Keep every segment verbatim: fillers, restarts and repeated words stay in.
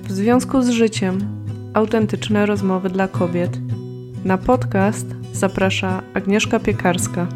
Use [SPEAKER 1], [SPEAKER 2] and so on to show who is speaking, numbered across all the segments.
[SPEAKER 1] W związku z życiem. Autentyczne rozmowy dla kobiet. Na podcast zaprasza Agnieszka Piekarska.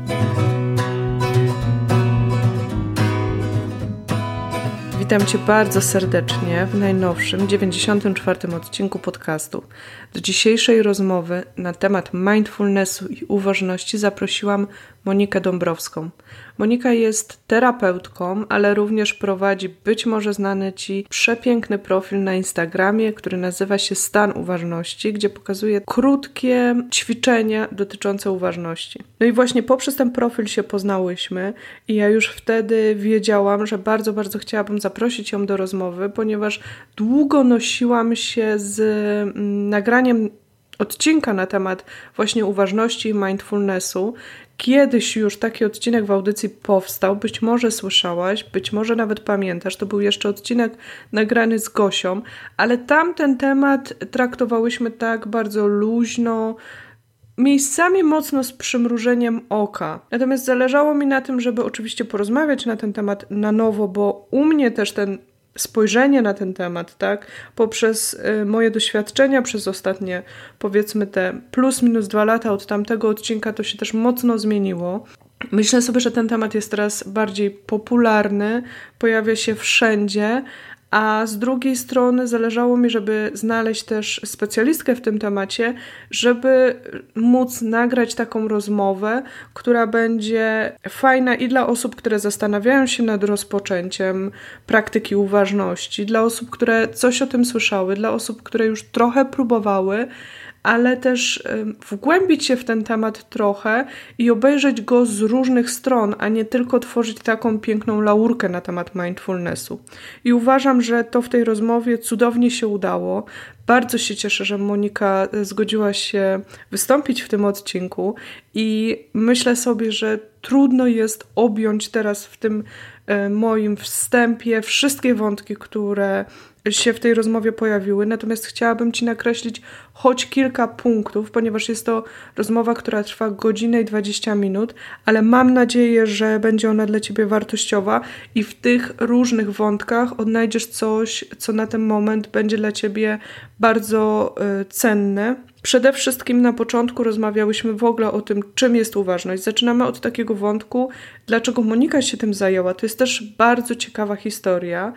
[SPEAKER 1] Witam Cię bardzo serdecznie w najnowszym, dziewięćdziesiątym czwartym odcinku podcastu. Do dzisiejszej rozmowy na temat mindfulnessu i uważności zaprosiłam Monikę Dąbrowską. Monika jest terapeutką, ale również prowadzi być może znany Ci przepiękny profil na Instagramie, który nazywa się Stan Uważności, gdzie pokazuje krótkie ćwiczenia dotyczące uważności. No i właśnie poprzez ten profil się poznałyśmy i ja już wtedy wiedziałam, że bardzo, bardzo chciałabym zaprosić ją do rozmowy, ponieważ długo nosiłam się z nagraniem odcinka na temat właśnie uważności i mindfulnessu. Kiedyś już taki odcinek w audycji powstał, być może słyszałaś, być może nawet pamiętasz, to był jeszcze odcinek nagrany z Gosią, ale tam ten temat traktowałyśmy tak bardzo luźno, miejscami mocno z przymrużeniem oka. Natomiast zależało mi na tym, żeby oczywiście porozmawiać na ten temat na nowo, bo u mnie też ten spojrzenie na ten temat, tak, poprzez y, moje doświadczenia przez ostatnie, powiedzmy te plus minus dwa lata od tamtego odcinka, to się też mocno zmieniło. Myślę sobie, że ten temat jest teraz bardziej popularny, pojawia się wszędzie, a z drugiej strony zależało mi, żeby znaleźć też specjalistkę w tym temacie, żeby móc nagrać taką rozmowę, która będzie fajna i dla osób, które zastanawiają się nad rozpoczęciem praktyki uważności, dla osób, które coś o tym słyszały, dla osób, które już trochę próbowały, ale też wgłębić się w ten temat trochę i obejrzeć go z różnych stron, a nie tylko tworzyć taką piękną laurkę na temat mindfulnessu. I uważam, że to w tej rozmowie cudownie się udało. Bardzo się cieszę, że Monika zgodziła się wystąpić w tym odcinku i myślę sobie, że trudno jest objąć teraz w tym moim wstępie wszystkie wątki, które się w tej rozmowie pojawiły, natomiast chciałabym Ci nakreślić choć kilka punktów, ponieważ jest to rozmowa, która trwa godzinę i dwadzieścia minut, ale mam nadzieję, że będzie ona dla Ciebie wartościowa i w tych różnych wątkach odnajdziesz coś, co na ten moment będzie dla Ciebie bardzo y, cenne. Przede wszystkim na początku rozmawiałyśmy w ogóle o tym, czym jest uważność. Zaczynamy od takiego wątku, dlaczego Monika się tym zajęła. To jest też bardzo ciekawa historia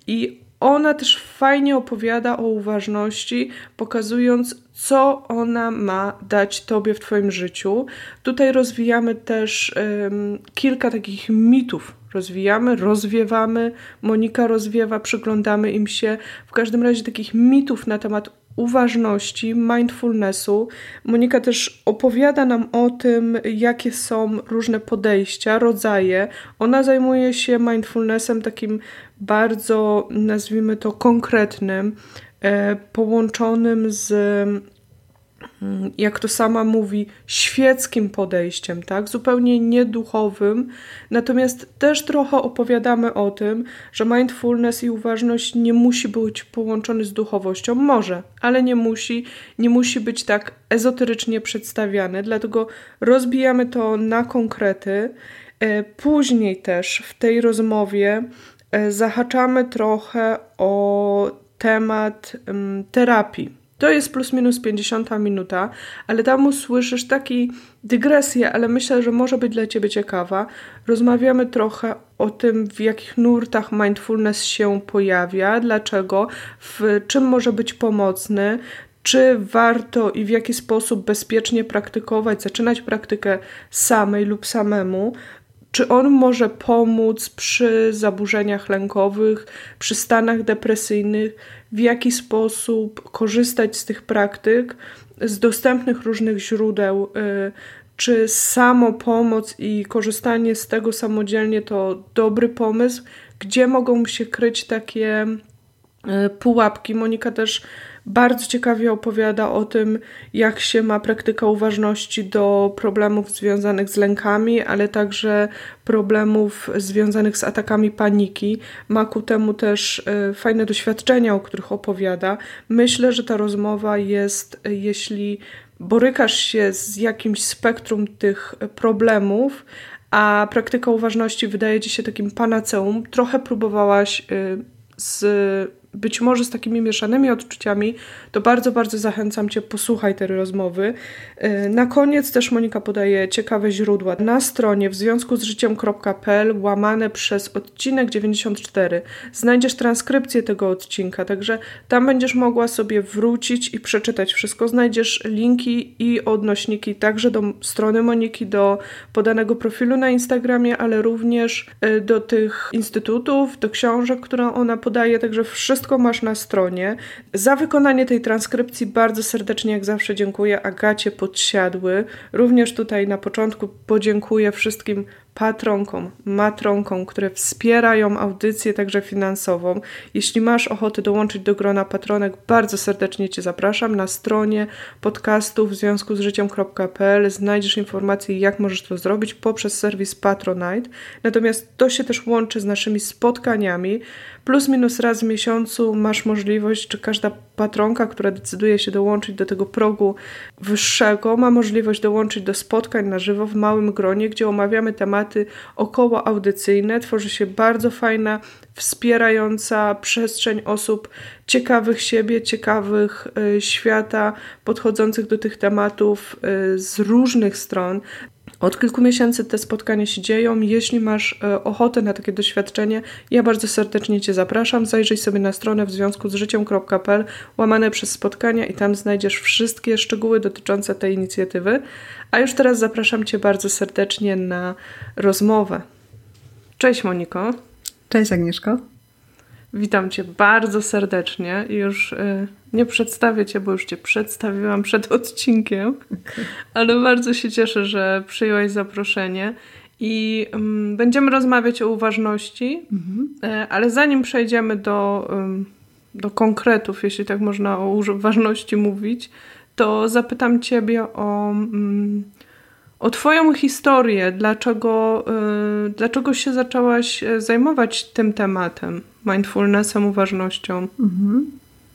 [SPEAKER 1] i ona też fajnie opowiada o uważności, pokazując, co ona ma dać Tobie w Twoim życiu. Tutaj rozwijamy też um, kilka takich mitów. Rozwijamy, rozwiewamy, Monika rozwiewa, przyglądamy im się. W każdym razie takich mitów na temat uważności, mindfulnessu. Monika też opowiada nam o tym, jakie są różne podejścia, rodzaje. Ona zajmuje się mindfulnessem takim bardzo, nazwijmy to, konkretnym, e, połączonym z, jak to sama mówi, świeckim podejściem, tak? Zupełnie nieduchowym. Natomiast też trochę opowiadamy o tym, że mindfulness i uważność nie musi być połączony z duchowością. Może, ale nie musi. Nie musi być tak ezoterycznie przedstawiany. Dlatego rozbijamy to na konkrety. Później też w tej rozmowie zahaczamy trochę o temat um, terapii. To jest plus minus pięćdziesiąta minuta, ale tam usłyszysz taki dygresję, ale myślę, że może być dla Ciebie ciekawa. Rozmawiamy trochę o tym, w jakich nurtach mindfulness się pojawia, dlaczego, w czym może być pomocny, czy warto i w jaki sposób bezpiecznie praktykować, zaczynać praktykę samej lub samemu. Czy on może pomóc przy zaburzeniach lękowych, przy stanach depresyjnych, w jaki sposób korzystać z tych praktyk, z dostępnych różnych źródeł, czy samopomoc i korzystanie z tego samodzielnie to dobry pomysł, gdzie mogą się kryć takie pułapki. Monika też bardzo ciekawie opowiada o tym, jak się ma praktyka uważności do problemów związanych z lękami, ale także problemów związanych z atakami paniki. Ma ku temu też fajne doświadczenia, o których opowiada. Myślę, że ta rozmowa jest, jeśli borykasz się z jakimś spektrum tych problemów, a praktyka uważności wydaje Ci się takim panaceum, trochę próbowałaś z być może z takimi mieszanymi odczuciami, to bardzo, bardzo zachęcam Cię, posłuchaj tej rozmowy. Na koniec też Monika podaje ciekawe źródła. Na stronie w związku z życiem kropka p l łamane przez odcinek dziewięćdziesiąt cztery znajdziesz transkrypcję tego odcinka, także tam będziesz mogła sobie wrócić i przeczytać wszystko. Znajdziesz linki i odnośniki także do strony Moniki, do podanego profilu na Instagramie, ale również do tych instytutów, do książek, które ona podaje, także wszystko masz na stronie. Za wykonanie tej transkrypcji bardzo serdecznie, jak zawsze, dziękuję Agacie Podsiadły. Również tutaj na początku podziękuję wszystkim patronkom, matronkom, które wspierają audycję także finansową. Jeśli masz ochotę dołączyć do grona patronek, bardzo serdecznie Cię zapraszam. Na stronie podcastu w związku z życiem kropka p l znajdziesz informacje, jak możesz to zrobić poprzez serwis Patronite. Natomiast to się też łączy z naszymi spotkaniami. Plus minus raz w miesiącu masz możliwość, czy każda patronka, która decyduje się dołączyć do tego progu wyższego, ma możliwość dołączyć do spotkań na żywo w małym gronie, gdzie omawiamy tematy około audycyjne. Tworzy się bardzo fajna, wspierająca przestrzeń osób ciekawych siebie, ciekawych y, świata, podchodzących do tych tematów y, z różnych stron. Od kilku miesięcy te spotkania się dzieją. Jeśli masz e, ochotę na takie doświadczenie, ja bardzo serdecznie Cię zapraszam. Zajrzyj sobie na stronę w związku z życiem kropka p l łamane przez spotkania i tam znajdziesz wszystkie szczegóły dotyczące tej inicjatywy. A już teraz zapraszam Cię bardzo serdecznie na rozmowę. Cześć Moniko.
[SPEAKER 2] Cześć Agnieszko.
[SPEAKER 1] Witam Cię bardzo serdecznie. Już y, nie przedstawię Cię, bo już Cię przedstawiłam przed odcinkiem, okay. Ale bardzo się cieszę, że przyjęłaś zaproszenie i y, będziemy rozmawiać o uważności, mm-hmm. y, ale zanim przejdziemy do, y, do konkretów, jeśli tak można o uważności mówić, to zapytam Ciebie o... Y, O Twoją historię, dlaczego, yy, dlaczego się zaczęłaś zajmować tym tematem, mindfulnessem, uważnością?
[SPEAKER 2] Mhm.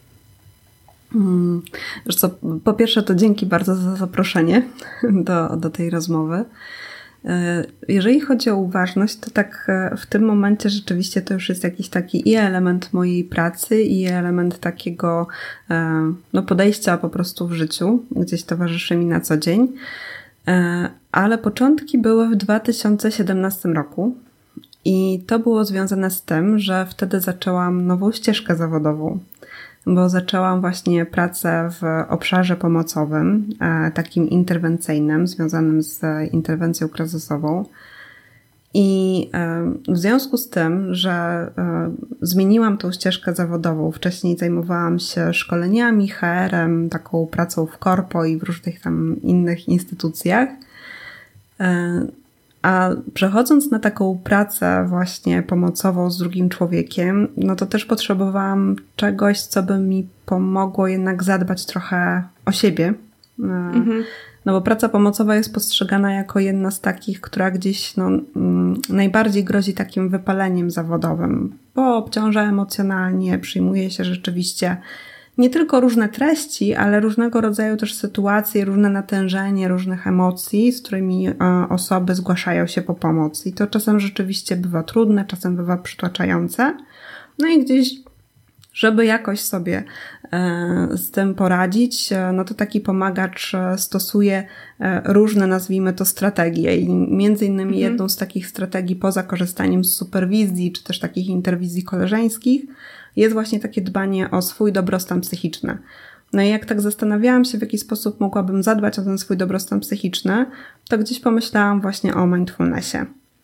[SPEAKER 2] Hmm. Wiesz co, po pierwsze to dzięki bardzo za zaproszenie do, do tej rozmowy. Jeżeli chodzi o uważność, to tak w tym momencie rzeczywiście to już jest jakiś taki i element mojej pracy, i element takiego no, podejścia po prostu w życiu, gdzieś towarzyszy mi na co dzień. Ale początki były w dwa tysiące siedemnastym roku i to było związane z tym, że wtedy zaczęłam nową ścieżkę zawodową, bo zaczęłam właśnie pracę w obszarze pomocowym, takim interwencyjnym, związanym z interwencją kryzysową. I w związku z tym, że zmieniłam tą ścieżkę zawodową, wcześniej zajmowałam się szkoleniami, H R-em, taką pracą w korpo i w różnych tam innych instytucjach, a przechodząc na taką pracę właśnie pomocową z drugim człowiekiem, no to też potrzebowałam czegoś, co by mi pomogło jednak zadbać trochę o siebie. Mhm. No bo praca pomocowa jest postrzegana jako jedna z takich, która gdzieś no, najbardziej grozi takim wypaleniem zawodowym, bo obciąża emocjonalnie, przyjmuje się rzeczywiście nie tylko różne treści, ale różnego rodzaju też sytuacje, różne natężenie różnych emocji, z którymi osoby zgłaszają się po pomoc. I to czasem rzeczywiście bywa trudne, czasem bywa przytłaczające. No i gdzieś, żeby jakoś sobie z tym poradzić, no to taki pomagacz stosuje różne, nazwijmy to, strategie. I między innymi mhm. jedną z takich strategii poza korzystaniem z superwizji, czy też takich interwizji koleżeńskich, jest właśnie takie dbanie o swój dobrostan psychiczny. No i jak tak zastanawiałam się, w jaki sposób mogłabym zadbać o ten swój dobrostan psychiczny, to gdzieś pomyślałam właśnie o mindfulnessie.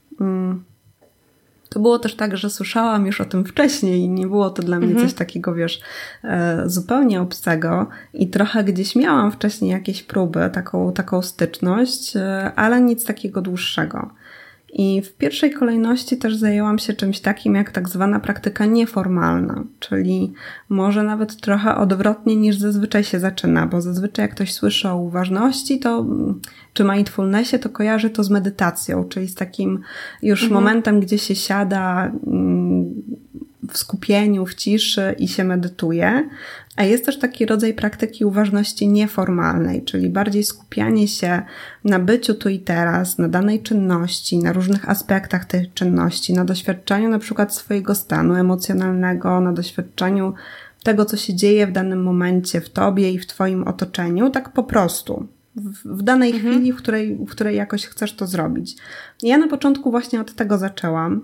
[SPEAKER 2] To było też tak, że słyszałam już o tym wcześniej i nie było to dla mnie mhm. coś takiego, wiesz, zupełnie obcego i trochę gdzieś miałam wcześniej jakieś próby, taką, taką styczność, ale nic takiego dłuższego. I w pierwszej kolejności też zajęłam się czymś takim jak tak zwana praktyka nieformalna, czyli może nawet trochę odwrotnie niż zazwyczaj się zaczyna, bo zazwyczaj jak ktoś słyszy o uważności, to czy mindfulnessie, to kojarzy to z medytacją, czyli z takim już mhm. momentem, gdzie się siada w skupieniu, w ciszy i się medytuje. A jest też taki rodzaj praktyki uważności nieformalnej, czyli bardziej skupianie się na byciu tu i teraz, na danej czynności, na różnych aspektach tej czynności, na doświadczaniu na przykład swojego stanu emocjonalnego, na doświadczeniu tego, co się dzieje w danym momencie w tobie i w twoim otoczeniu, tak po prostu. W, w danej mhm. chwili, w której, w której jakoś chcesz to zrobić. Ja na początku właśnie od tego zaczęłam,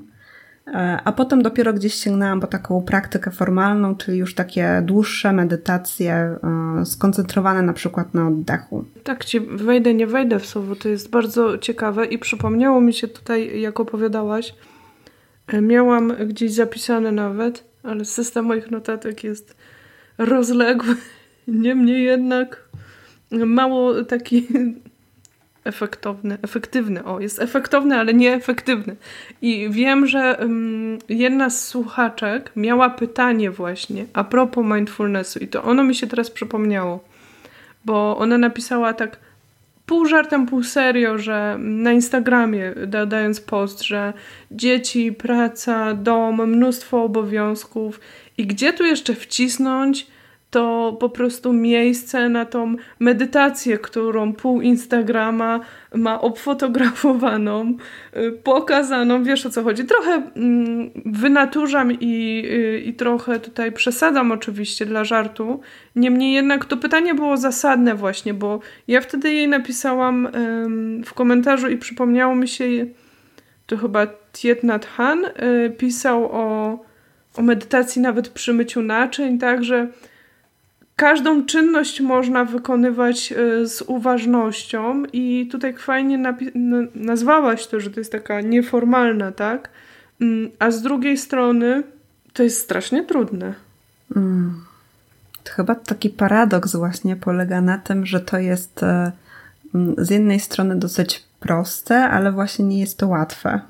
[SPEAKER 2] a potem dopiero gdzieś sięgnęłam po taką praktykę formalną, czyli już takie dłuższe medytacje skoncentrowane na przykład na oddechu.
[SPEAKER 1] Tak ci wejdę, nie wejdę w słowo, to jest bardzo ciekawe i przypomniało mi się tutaj, jak opowiadałaś, miałam gdzieś zapisane nawet, ale system moich notatek jest rozległy, niemniej jednak mało taki efektowny, efektywny, o jest efektowny, ale nie efektywny. I wiem, że um, jedna z słuchaczek miała pytanie właśnie a propos mindfulnessu i to ono mi się teraz przypomniało, bo ona napisała tak pół żartem, pół serio, że na Instagramie da, dając post, że dzieci, praca, dom, mnóstwo obowiązków i gdzie tu jeszcze wcisnąć to po prostu miejsce na tą medytację, którą pół Instagrama ma obfotografowaną, pokazaną, wiesz o co chodzi. Trochę wynaturzam i, i trochę tutaj przesadzam oczywiście dla żartu. Niemniej jednak to pytanie było zasadne właśnie, bo ja wtedy jej napisałam w komentarzu i przypomniało mi się, to chyba Thich Nhat Hanh pisał o, o medytacji nawet przy myciu naczyń, tak, że każdą czynność można wykonywać z uważnością i tutaj fajnie napi- nazwałaś to, że to jest taka nieformalna, tak? A z drugiej strony to jest strasznie trudne.
[SPEAKER 2] Mm. To chyba taki paradoks właśnie polega na tym, że to jest z jednej strony dosyć proste, ale właśnie nie jest to łatwe.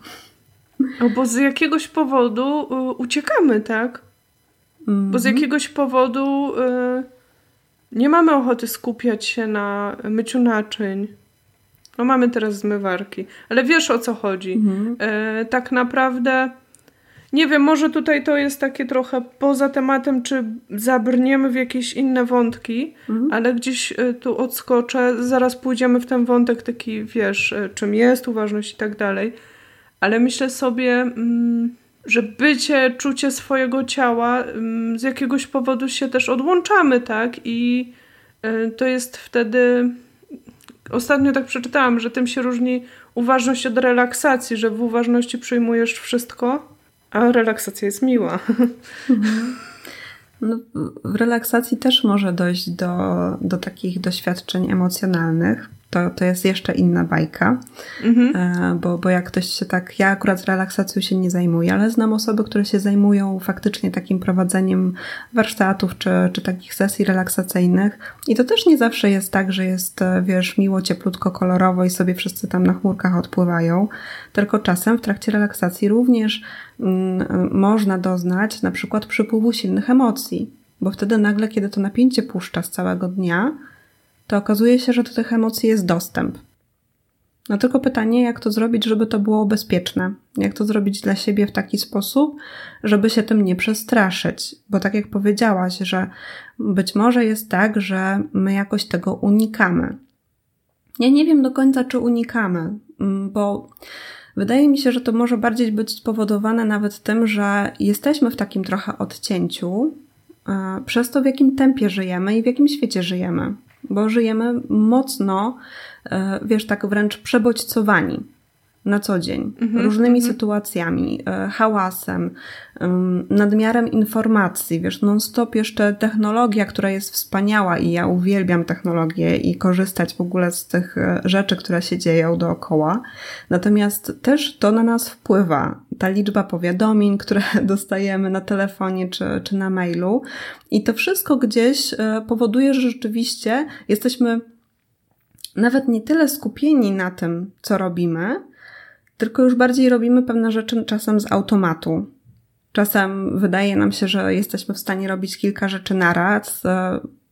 [SPEAKER 1] No bo z jakiegoś powodu uciekamy, tak? Mm-hmm. Bo z jakiegoś powodu y, nie mamy ochoty skupiać się na myciu naczyń. No mamy teraz zmywarki. Ale wiesz o co chodzi. Mm-hmm. Y, tak naprawdę nie wiem, może tutaj to jest takie trochę poza tematem, czy zabrniemy w jakieś inne wątki, mm-hmm. ale gdzieś y, tu odskoczę. Zaraz pójdziemy w ten wątek taki, wiesz, y, czym jest uważność i tak dalej. Ale myślę sobie... Mm, że bycie, czucie swojego ciała z jakiegoś powodu się też odłączamy, tak? I to jest wtedy... Ostatnio tak przeczytałam, że tym się różni uważność od relaksacji, że w uważności przyjmujesz wszystko, a relaksacja jest miła.
[SPEAKER 2] Mhm. No, w relaksacji też może dojść do, do takich doświadczeń emocjonalnych. To, to jest jeszcze inna bajka, mhm. bo, bo jak ktoś się tak, ja akurat relaksacją się nie zajmuję, ale znam osoby, które się zajmują faktycznie takim prowadzeniem warsztatów czy, czy takich sesji relaksacyjnych i to też nie zawsze jest tak, że jest, wiesz, miło, cieplutko, kolorowo i sobie wszyscy tam na chmurkach odpływają, tylko czasem w trakcie relaksacji również mm, można doznać na przykład przypływu silnych emocji, bo wtedy nagle, kiedy to napięcie puszcza z całego dnia, to okazuje się, że do tych emocji jest dostęp. No tylko pytanie, jak to zrobić, żeby to było bezpieczne? Jak to zrobić dla siebie w taki sposób, żeby się tym nie przestraszyć? Bo tak jak powiedziałaś, że być może jest tak, że my jakoś tego unikamy. Ja nie wiem do końca, czy unikamy, bo wydaje mi się, że to może bardziej być spowodowane nawet tym, że jesteśmy w takim trochę odcięciu przez to, w jakim tempie żyjemy i w jakim świecie żyjemy. Bo żyjemy mocno, wiesz, tak wręcz przebodźcowani na co dzień. Mm-hmm, różnymi mm-hmm. sytuacjami, hałasem, nadmiarem informacji, wiesz, non-stop jeszcze technologia, która jest wspaniała i ja uwielbiam technologię i korzystać w ogóle z tych rzeczy, które się dzieją dookoła. Natomiast też to na nas wpływa. Ta liczba powiadomień, które dostajemy na telefonie czy, czy na mailu i to wszystko gdzieś powoduje, że rzeczywiście jesteśmy nawet nie tyle skupieni na tym, co robimy, tylko już bardziej robimy pewne rzeczy czasem z automatu. Czasem wydaje nam się, że jesteśmy w stanie robić kilka rzeczy naraz,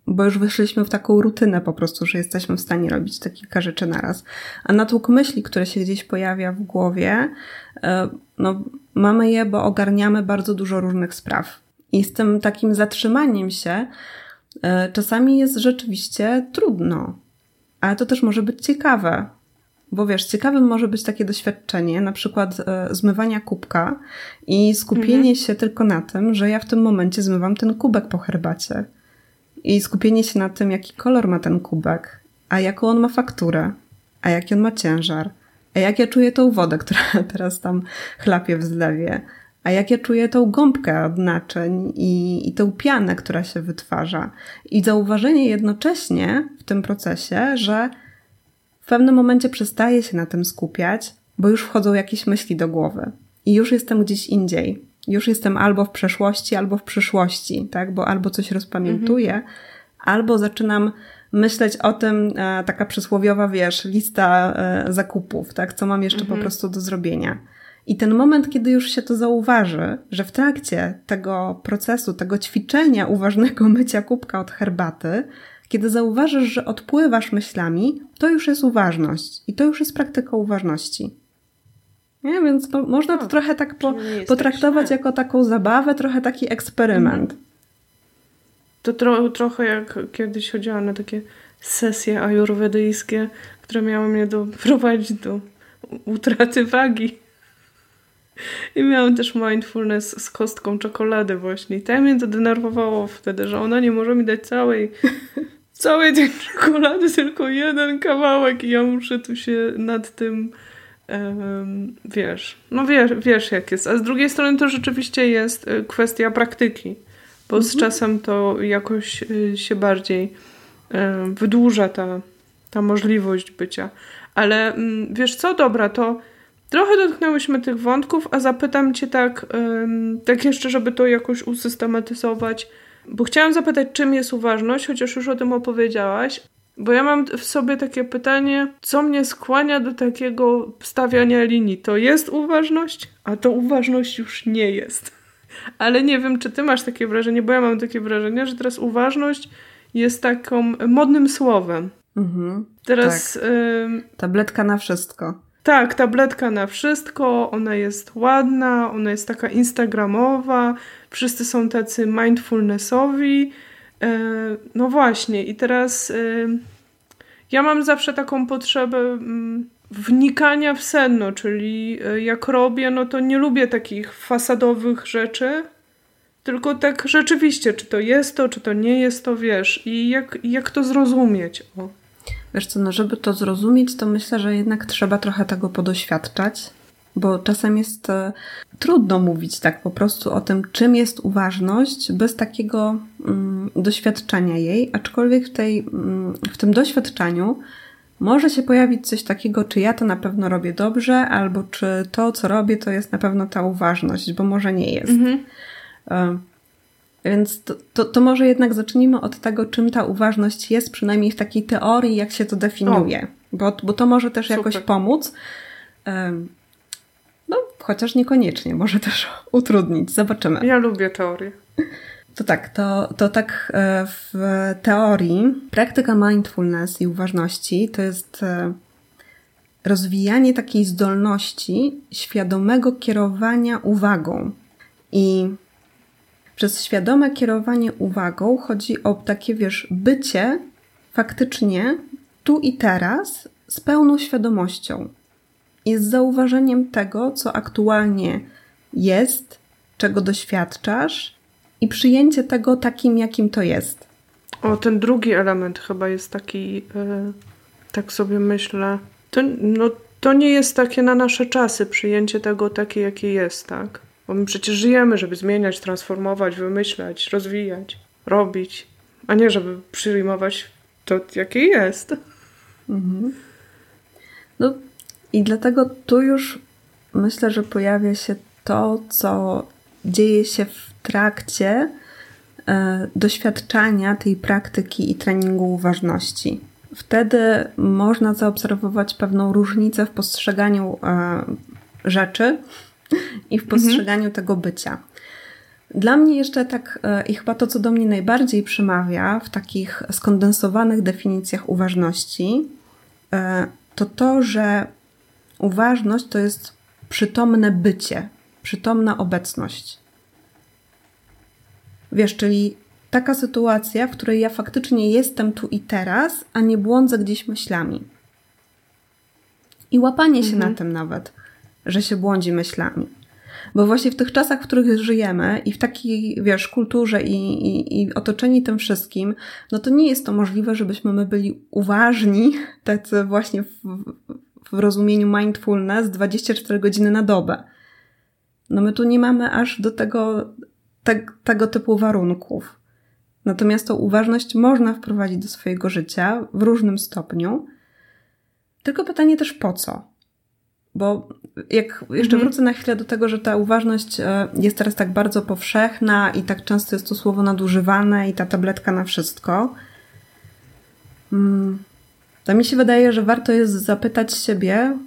[SPEAKER 2] bo już wyszliśmy w taką rutynę po prostu, że jesteśmy w stanie robić te kilka rzeczy naraz. A natłok myśli, które się gdzieś pojawia w głowie, no mamy je, bo ogarniamy bardzo dużo różnych spraw. I z tym takim zatrzymaniem się czasami jest rzeczywiście trudno, ale to też może być ciekawe. Bo wiesz, ciekawym może być takie doświadczenie, na przykład e, zmywania kubka i skupienie mhm. się tylko na tym, że ja w tym momencie zmywam ten kubek po herbacie. I skupienie się na tym, jaki kolor ma ten kubek, a jaką on ma fakturę, a jaki on ma ciężar, a jak ja czuję tą wodę, która teraz tam chlapie w zlewie, a jak ja czuję tą gąbkę od naczyń i, i tę pianę, która się wytwarza. I zauważenie jednocześnie w tym procesie, że w pewnym momencie przestaję się na tym skupiać, bo już wchodzą jakieś myśli do głowy. I już jestem gdzieś indziej. Już jestem albo w przeszłości, albo w przyszłości, tak? Bo albo coś rozpamiętuję, mhm. albo zaczynam myśleć o tym, e, taka przysłowiowa, wiesz, lista e, zakupów, tak? Co mam jeszcze mhm. po prostu do zrobienia. I ten moment, kiedy już się to zauważy, że w trakcie tego procesu, tego ćwiczenia uważnego mycia kubka od herbaty, kiedy zauważysz, że odpływasz myślami, to już jest uważność. I to już jest praktyka uważności. Nie? Więc po, można no, to trochę tak po, potraktować jako taką zabawę, trochę taki eksperyment. Mhm.
[SPEAKER 1] To tro, trochę jak kiedyś chodziłam na takie sesje ajurwedyjskie, które miały mnie doprowadzić do utraty wagi. I miałam też mindfulness z kostką czekolady właśnie. I tak mnie to denerwowało wtedy, że ona nie może mi dać całej całej tej czekolady, tylko jeden kawałek i ja muszę tu się nad tym um, wiesz, no wiesz, wiesz jak jest. A z drugiej strony to rzeczywiście jest kwestia praktyki, bo mhm. z czasem to jakoś się bardziej um, wydłuża ta, ta możliwość bycia. Ale um, wiesz co, dobra, to trochę dotknęłyśmy tych wątków, a zapytam cię tak, um, tak jeszcze, żeby to jakoś usystematyzować. Bo chciałam zapytać, czym jest uważność, chociaż już o tym opowiedziałaś. Bo ja mam w sobie takie pytanie, co mnie skłania do takiego stawiania linii. To jest uważność, a to uważność już nie jest. Ale nie wiem, czy ty masz takie wrażenie, bo ja mam takie wrażenie, że teraz uważność jest taką modnym słowem. Mhm, teraz
[SPEAKER 2] tak. y- Tabletka na wszystko.
[SPEAKER 1] Tak, tabletka na wszystko, ona jest ładna, ona jest taka instagramowa, wszyscy są tacy mindfulnessowi. No właśnie, i teraz ja mam zawsze taką potrzebę wnikania w sedno, czyli jak robię, no to nie lubię takich fasadowych rzeczy, tylko tak rzeczywiście, czy to jest to, czy to nie jest to, wiesz, i jak, jak to zrozumieć, o.
[SPEAKER 2] Wiesz co, no żeby to zrozumieć, to myślę, że jednak trzeba trochę tego podoświadczać, bo czasem jest e, trudno mówić tak po prostu o tym, czym jest uważność, bez takiego mm, doświadczenia jej, aczkolwiek w, tej, mm, w tym doświadczeniu może się pojawić coś takiego, czy ja to na pewno robię dobrze, albo czy to, co robię, to jest na pewno ta uważność, bo może nie jest. Mhm. E, Więc to, to, to może jednak zacznijmy od tego, czym ta uważność jest, przynajmniej w takiej teorii, jak się to definiuje. Bo, bo to może też Super. jakoś pomóc. Um, no, chociaż niekoniecznie, może też utrudnić. Zobaczymy.
[SPEAKER 1] Ja lubię teorię.
[SPEAKER 2] To tak, to, to tak w teorii praktyka mindfulness i uważności to jest rozwijanie takiej zdolności świadomego kierowania uwagą. I przez świadome kierowanie uwagą chodzi o takie, wiesz, bycie faktycznie tu i teraz z pełną świadomością i z zauważeniem tego, co aktualnie jest, czego doświadczasz i przyjęcie tego takim, jakim to jest.
[SPEAKER 1] O, ten drugi element chyba jest taki, yy, tak sobie myślę, to, no, to nie jest takie na nasze czasy, przyjęcie tego takie, jakie jest, tak? Bo my przecież żyjemy, żeby zmieniać, transformować, wymyślać, rozwijać, robić, a nie żeby przyjmować to, jakie jest.
[SPEAKER 2] Mhm. No i dlatego tu już myślę, że pojawia się to, co dzieje się w trakcie e, doświadczania tej praktyki i treningu uważności. Wtedy można zaobserwować pewną różnicę w postrzeganiu e, rzeczy i w postrzeganiu mhm. tego bycia. Dla mnie jeszcze tak i chyba to, co do mnie najbardziej przemawia w takich skondensowanych definicjach uważności, to to, że uważność to jest przytomne bycie, przytomna obecność. Wiesz, czyli taka sytuacja, w której ja faktycznie jestem tu i teraz, a nie błądzę gdzieś myślami. I łapanie się mhm. na tym nawet, że się błądzi myślami. Bo właśnie w tych czasach, w których żyjemy i w takiej, wiesz, kulturze i, i, i otoczeni tym wszystkim, no to nie jest to możliwe, żebyśmy my byli uważni, tacy właśnie w, w rozumieniu mindfulness dwadzieścia cztery godziny na dobę. No my tu nie mamy aż do tego, te, tego typu warunków. Natomiast tą uważność można wprowadzić do swojego życia w różnym stopniu. Tylko pytanie też po co? Bo jak jeszcze mhm. wrócę na chwilę do tego, że ta uważność jest teraz tak bardzo powszechna i tak często jest to słowo nadużywane i ta tabletka na wszystko, to mi się wydaje, że warto jest zapytać siebie,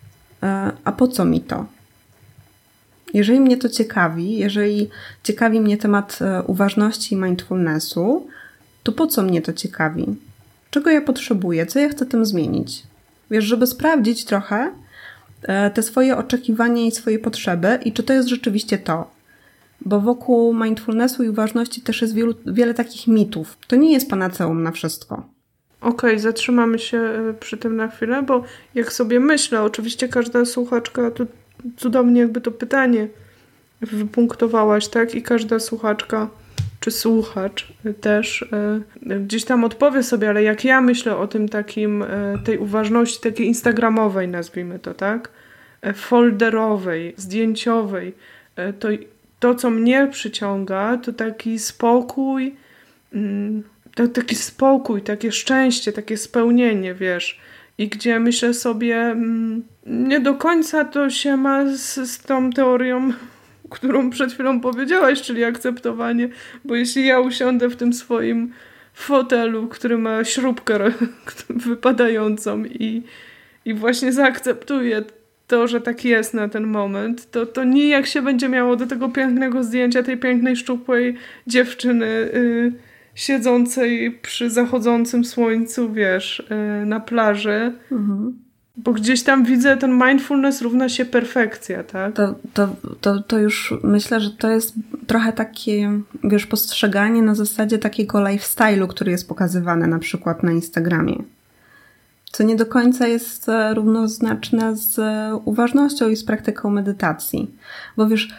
[SPEAKER 2] a po co mi to? Jeżeli mnie to ciekawi, jeżeli ciekawi mnie temat uważności i mindfulnessu, to po co mnie to ciekawi? Czego ja potrzebuję? Co ja chcę tym zmienić? Wiesz, żeby sprawdzić trochę te swoje oczekiwania i swoje potrzeby i czy to jest rzeczywiście to. Bo wokół mindfulnessu i uważności też jest wielu, wiele takich mitów. To nie jest panaceum na wszystko.
[SPEAKER 1] Okej, okay, zatrzymamy się przy tym na chwilę, bo jak sobie myślę, oczywiście każda słuchaczka, tu cudownie jakby to pytanie wypunktowałaś, tak? I każda słuchaczka czy słuchacz też y, gdzieś tam odpowie sobie, ale jak ja myślę o tym takim, y, tej uważności takiej instagramowej, nazwijmy to, tak? Y, folderowej, zdjęciowej, y, to, to, co mnie przyciąga, to taki spokój, y, to, taki spokój, takie szczęście, takie spełnienie, wiesz, i gdzie myślę sobie, y, nie do końca to się ma z, z tą teorią, którą przed chwilą powiedziałaś, czyli akceptowanie, bo jeśli ja usiądę w tym swoim fotelu, który ma śrubkę wypadającą i, i właśnie zaakceptuję to, że tak jest na ten moment, to, to nijak się będzie miało do tego pięknego zdjęcia tej pięknej, szczupłej dziewczyny y, siedzącej przy zachodzącym słońcu, wiesz, y, na plaży. Mhm. Bo gdzieś tam widzę, ten mindfulness równa się perfekcja, tak?
[SPEAKER 2] To, to, to, to już myślę, że to jest trochę takie, wiesz, postrzeganie na zasadzie takiego lifestyle'u, który jest pokazywany na przykład na Instagramie. Co nie do końca jest równoznaczne z uważnością i z praktyką medytacji. Bo wiesz,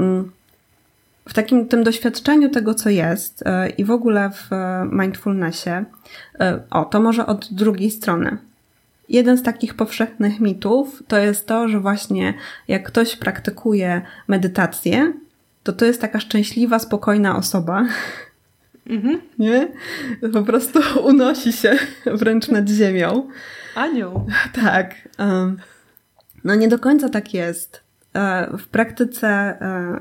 [SPEAKER 2] w takim tym doświadczeniu tego, co jest i w ogóle w mindfulnessie, o, to może od drugiej strony. Jeden z takich powszechnych mitów to jest to, że właśnie jak ktoś praktykuje medytację, to to jest taka szczęśliwa, spokojna osoba. Mhm. Nie? Po prostu unosi się wręcz nad ziemią.
[SPEAKER 1] Anioł.
[SPEAKER 2] Tak. No nie do końca tak jest. W praktyce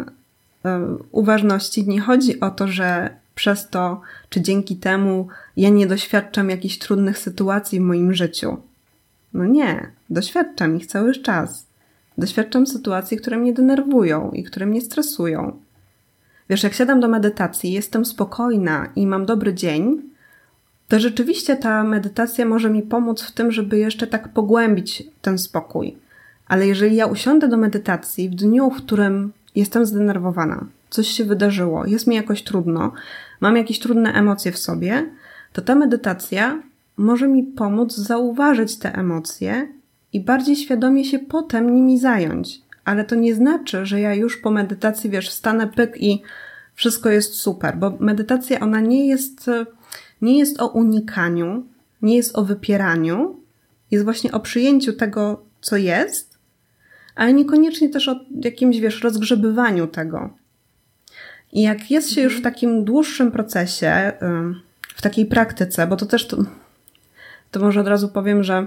[SPEAKER 2] uważności nie chodzi o to, że przez to, czy dzięki temu ja nie doświadczam jakichś trudnych sytuacji w moim życiu. No nie, doświadczam ich cały czas. Doświadczam sytuacji, które mnie denerwują i które mnie stresują. Wiesz, jak siadam do medytacji, jestem spokojna i mam dobry dzień, to rzeczywiście ta medytacja może mi pomóc w tym, żeby jeszcze tak pogłębić ten spokój. Ale jeżeli ja usiądę do medytacji w dniu, w którym jestem zdenerwowana, coś się wydarzyło, jest mi jakoś trudno, mam jakieś trudne emocje w sobie, to ta medytacja może mi pomóc zauważyć te emocje i bardziej świadomie się potem nimi zająć. Ale to nie znaczy, że ja już po medytacji, wiesz, wstanę pyk i wszystko jest super, bo medytacja ona nie jest, nie jest o unikaniu, nie jest o wypieraniu, jest właśnie o przyjęciu tego, co jest, ale niekoniecznie też o jakimś, wiesz, rozgrzebywaniu tego. I jak jest się już w takim dłuższym procesie, w takiej praktyce, bo to też to, to może od razu powiem, że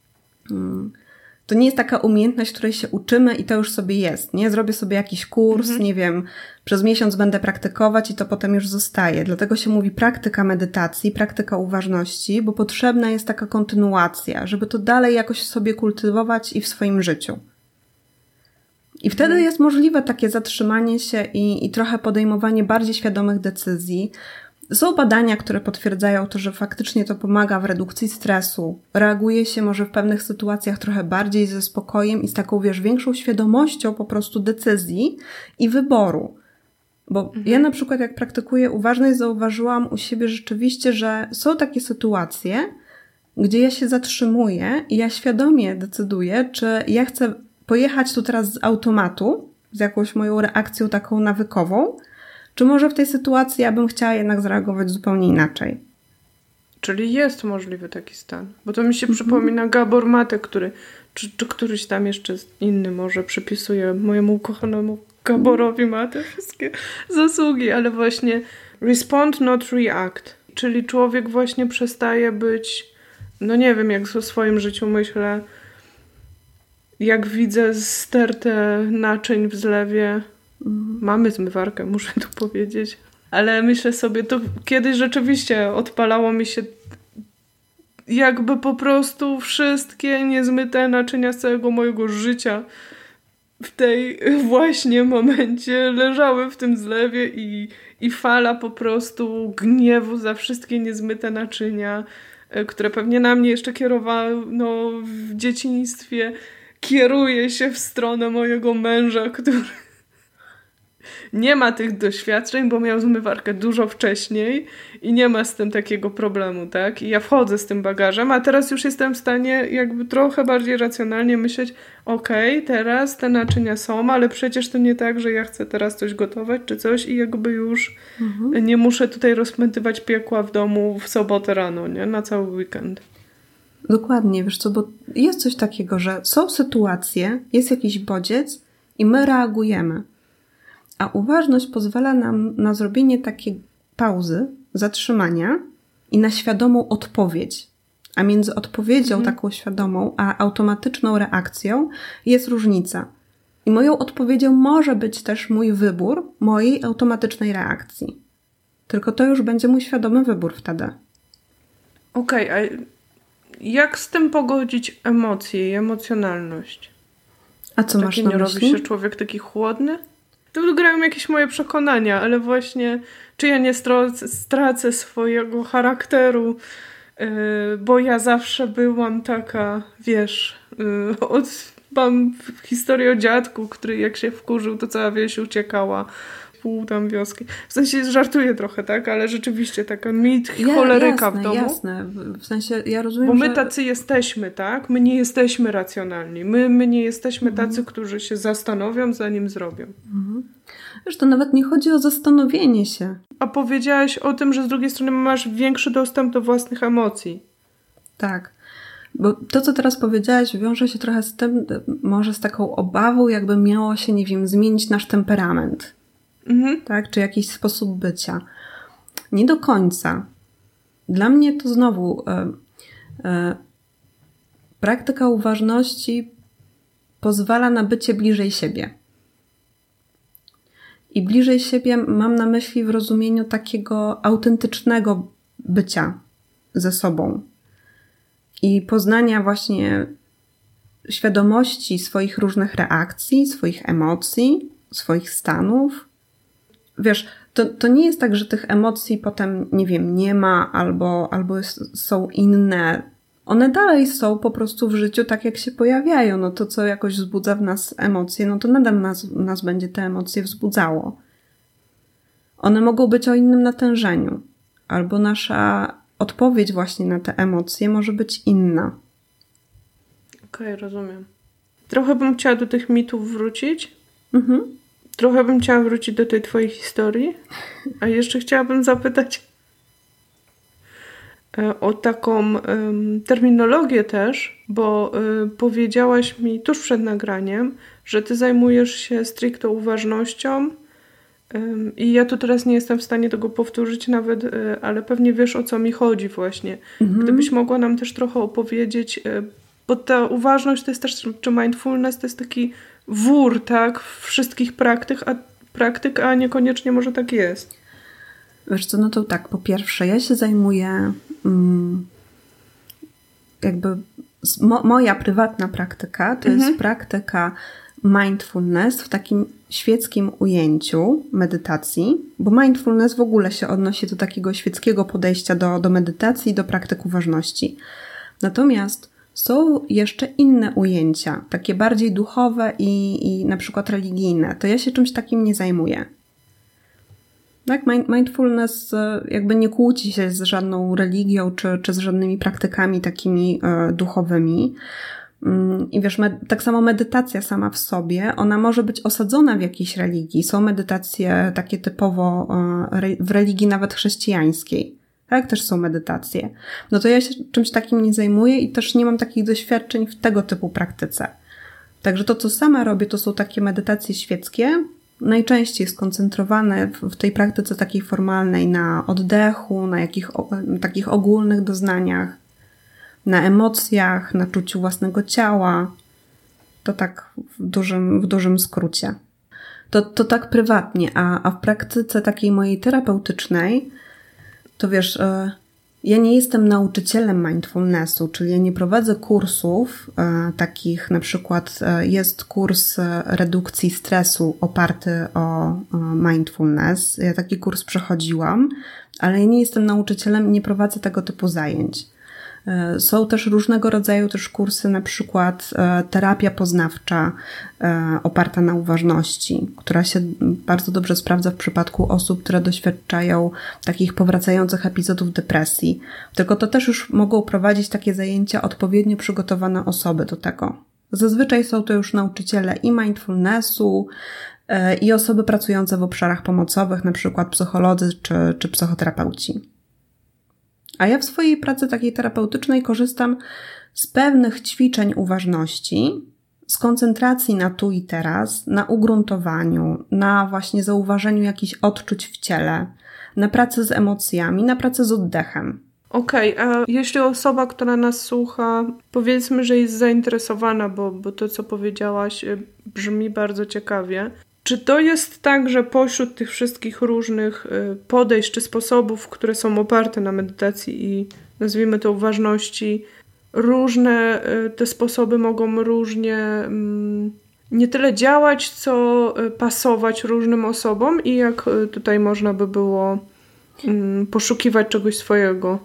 [SPEAKER 2] to nie jest taka umiejętność, której się uczymy i to już sobie jest. Nie zrobię sobie jakiś kurs, mhm. nie wiem, przez miesiąc będę praktykować i to potem już zostaje. Dlatego się mówi praktyka medytacji, praktyka uważności, bo potrzebna jest taka kontynuacja, żeby to dalej jakoś sobie kultywować i w swoim życiu. I wtedy jest możliwe takie zatrzymanie się i, i trochę podejmowanie bardziej świadomych decyzji. Są badania, które potwierdzają to, że faktycznie to pomaga w redukcji stresu. Reaguje się może w pewnych sytuacjach trochę bardziej ze spokojem i z taką, wiesz, większą świadomością po prostu decyzji i wyboru. Bo mhm. ja na przykład jak praktykuję uważność, zauważyłam u siebie rzeczywiście, że są takie sytuacje, gdzie ja się zatrzymuję i ja świadomie decyduję, czy ja chcę pojechać tu teraz z automatu, z jakąś moją reakcją taką nawykową, czy może w tej sytuacji ja bym chciała jednak zareagować zupełnie inaczej.
[SPEAKER 1] Czyli jest możliwy taki stan. Bo to mi się mm-hmm. przypomina Gabor Maté, który, czy, czy któryś tam jeszcze inny może przypisuje mojemu ukochanemu Gaborowi Maté wszystkie zasługi, ale właśnie respond, not react. Czyli człowiek właśnie przestaje być, no nie wiem, jak o swoim życiu myślę, jak widzę stertę naczyń w zlewie. Mamy zmywarkę, muszę tu powiedzieć. Ale myślę sobie, to kiedyś rzeczywiście odpalało mi się jakby po prostu wszystkie niezmyte naczynia z całego mojego życia w tej właśnie momencie leżały w tym zlewie i, i fala po prostu gniewu za wszystkie niezmyte naczynia, które pewnie na mnie jeszcze kierowały no, w dzieciństwie, kieruje się w stronę mojego męża, który nie ma tych doświadczeń, bo miał zmywarkę dużo wcześniej i nie ma z tym takiego problemu, tak? I ja wchodzę z tym bagażem, a teraz już jestem w stanie jakby trochę bardziej racjonalnie myśleć, okej, okay, teraz te naczynia są, ale przecież to nie tak, że ja chcę teraz coś gotować czy coś i jakby już mhm. nie muszę tutaj rozpętywać piekła w domu w sobotę rano, nie? Na cały weekend.
[SPEAKER 2] Dokładnie, wiesz co, bo jest coś takiego, że są sytuacje, jest jakiś bodziec i my reagujemy. A uważność pozwala nam na zrobienie takiej pauzy, zatrzymania i na świadomą odpowiedź. A między odpowiedzią mhm. taką świadomą, a automatyczną reakcją jest różnica. I moją odpowiedzią może być też mój wybór mojej automatycznej reakcji. Tylko to już będzie mój świadomy wybór wtedy.
[SPEAKER 1] Okej, okay, a jak z tym pogodzić emocje i emocjonalność?
[SPEAKER 2] A co
[SPEAKER 1] Taki
[SPEAKER 2] masz na
[SPEAKER 1] nie
[SPEAKER 2] myśli?
[SPEAKER 1] robi się człowiek taki chłodny? Tu grają jakieś moje przekonania, ale właśnie czy ja nie stracę, stracę swojego charakteru, yy, bo ja zawsze byłam taka, wiesz, yy, od, mam historię o dziadku, który jak się wkurzył, to cała wieś uciekała. Pół tam wioski. W sensie żartuję trochę, tak? Ale rzeczywiście taka mit
[SPEAKER 2] ja,
[SPEAKER 1] choleryka
[SPEAKER 2] jasne,
[SPEAKER 1] w domu.
[SPEAKER 2] Jasne, w sensie ja rozumiem,
[SPEAKER 1] Bo my
[SPEAKER 2] że...
[SPEAKER 1] tacy jesteśmy, tak? My nie jesteśmy racjonalni. My, my nie jesteśmy tacy, mhm. którzy się zastanowią, zanim zrobią.
[SPEAKER 2] Mhm. Wiesz, to nawet nie chodzi o zastanowienie się.
[SPEAKER 1] A powiedziałaś o tym, że z drugiej strony masz większy dostęp do własnych emocji.
[SPEAKER 2] Tak. Bo to, co teraz powiedziałaś, wiąże się trochę z tym, może z taką obawą, jakby miało się, nie wiem, zmienić nasz temperament. Mhm. Tak? Czy jakiś sposób bycia. Nie do końca. Dla mnie to znowu e, e, praktyka uważności pozwala na bycie bliżej siebie. I bliżej siebie mam na myśli w rozumieniu takiego autentycznego bycia ze sobą. I poznania właśnie świadomości swoich różnych reakcji, swoich emocji, swoich stanów. Wiesz, to, to nie jest tak, że tych emocji potem, nie wiem, nie ma albo, albo jest, są inne. One dalej są po prostu w życiu tak, jak się pojawiają. No to, co jakoś wzbudza w nas emocje, no to nadal nas, nas będzie te emocje wzbudzało. One mogą być o innym natężeniu. Albo nasza odpowiedź właśnie na te emocje może być inna.
[SPEAKER 1] Okej, okay, rozumiem. Trochę bym chciała do tych mitów wrócić. Mhm. Trochę bym chciała wrócić do tej twojej historii. A jeszcze chciałabym zapytać o taką um, terminologię też, bo y, powiedziałaś mi tuż przed nagraniem, że ty zajmujesz się stricte uważnością um, i ja tu teraz nie jestem w stanie tego powtórzyć nawet, y, ale pewnie wiesz, o co mi chodzi właśnie. Mhm. Gdybyś mogła nam też trochę opowiedzieć, y, bo ta uważność to jest też, czy mindfulness to jest taki wór, tak, wszystkich praktyk, a, praktyk, a niekoniecznie może tak jest.
[SPEAKER 2] Wiesz co, no to tak, po pierwsze, ja się zajmuję mm, jakby mo, moja prywatna praktyka, to mhm. jest praktyka mindfulness w takim świeckim ujęciu medytacji, bo mindfulness w ogóle się odnosi do takiego świeckiego podejścia do, do medytacji i do praktyk uważności. Natomiast są jeszcze inne ujęcia, takie bardziej duchowe i, i na przykład religijne. To ja się czymś takim nie zajmuję. Tak, mindfulness jakby nie kłóci się z żadną religią czy, czy z żadnymi praktykami takimi e, duchowymi. I wiesz, med- tak samo medytacja sama w sobie, ona może być osadzona w jakiejś religii. Są medytacje takie typowo e, re- w religii nawet chrześcijańskiej. Tak, też są medytacje. No to ja się czymś takim nie zajmuję i też nie mam takich doświadczeń w tego typu praktyce. Także to, co sama robię, to są takie medytacje świeckie, najczęściej skoncentrowane w, w tej praktyce takiej formalnej na oddechu, na, jakich, o, na takich ogólnych doznaniach, na emocjach, na czuciu własnego ciała. To tak w dużym, w dużym skrócie. To, to tak prywatnie, a, a w praktyce takiej mojej terapeutycznej to wiesz, ja nie jestem nauczycielem mindfulnessu, czyli ja nie prowadzę kursów takich, na przykład jest kurs redukcji stresu oparty o mindfulness. Ja taki kurs przechodziłam, ale ja nie jestem nauczycielem i nie prowadzę tego typu zajęć. Są też różnego rodzaju też kursy, na przykład terapia poznawcza oparta na uważności, która się bardzo dobrze sprawdza w przypadku osób, które doświadczają takich powracających epizodów depresji. Tylko to też już mogą prowadzić takie zajęcia odpowiednio przygotowane osoby do tego. Zazwyczaj są to już nauczyciele i mindfulnessu, i osoby pracujące w obszarach pomocowych, na przykład psycholodzy czy, czy psychoterapeuci. A ja w swojej pracy takiej terapeutycznej korzystam z pewnych ćwiczeń uważności, z koncentracji na tu i teraz, na ugruntowaniu, na właśnie zauważeniu jakichś odczuć w ciele, na pracy z emocjami, na pracy z oddechem.
[SPEAKER 1] Okej, okay, a jeśli osoba, która nas słucha, powiedzmy, że jest zainteresowana, bo, bo to, co powiedziałaś, brzmi bardzo ciekawie, czy to jest tak, że pośród tych wszystkich różnych podejść czy sposobów, które są oparte na medytacji i nazwijmy to uważności, różne te sposoby mogą różnie nie tyle działać, co pasować różnym osobom i jak tutaj można by było poszukiwać czegoś swojego?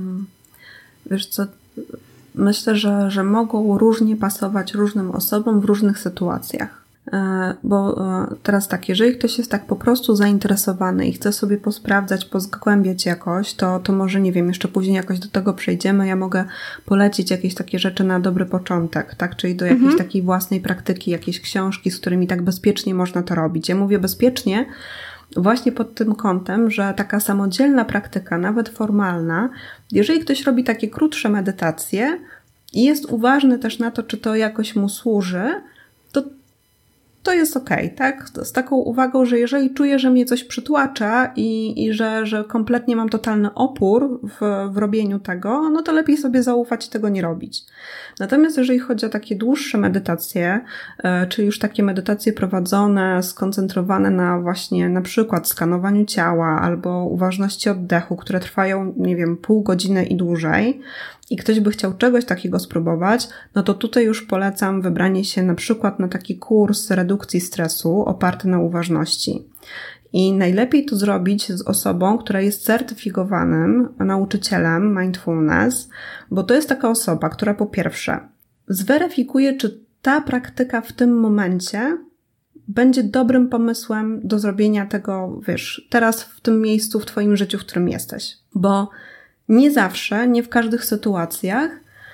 [SPEAKER 2] Wiesz co, myślę, że, że mogą różnie pasować różnym osobom w różnych sytuacjach. Bo teraz tak, jeżeli ktoś jest tak po prostu zainteresowany i chce sobie posprawdzać, pozgłębiać jakoś, to, to może, nie wiem, jeszcze później jakoś do tego przejdziemy. Ja mogę polecić jakieś takie rzeczy na dobry początek, tak? Czyli do jakiejś mhm. takiej własnej praktyki, jakieś książki, z którymi tak bezpiecznie można to robić. Ja mówię bezpiecznie właśnie pod tym kątem, że taka samodzielna praktyka, nawet formalna, jeżeli ktoś robi takie krótsze medytacje i jest uważny też na to, czy to jakoś mu służy, to to jest okej, okay, tak? Z taką uwagą, że jeżeli czuję, że mnie coś przytłacza i, i że, że kompletnie mam totalny opór w, w robieniu tego, no to lepiej sobie zaufać i tego nie robić. Natomiast jeżeli chodzi o takie dłuższe medytacje, yy, czyli już takie medytacje prowadzone, skoncentrowane na właśnie na przykład skanowaniu ciała albo uważności oddechu, które trwają, nie wiem, pół godziny i dłużej, i ktoś by chciał czegoś takiego spróbować, no to tutaj już polecam wybranie się na przykład na taki kurs redukcji stresu oparty na uważności. I najlepiej to zrobić z osobą, która jest certyfikowanym nauczycielem mindfulness, bo to jest taka osoba, która po pierwsze zweryfikuje, czy ta praktyka w tym momencie będzie dobrym pomysłem do zrobienia tego, wiesz, teraz w tym miejscu, w twoim życiu, w którym jesteś. Bo nie zawsze, nie w każdych sytuacjach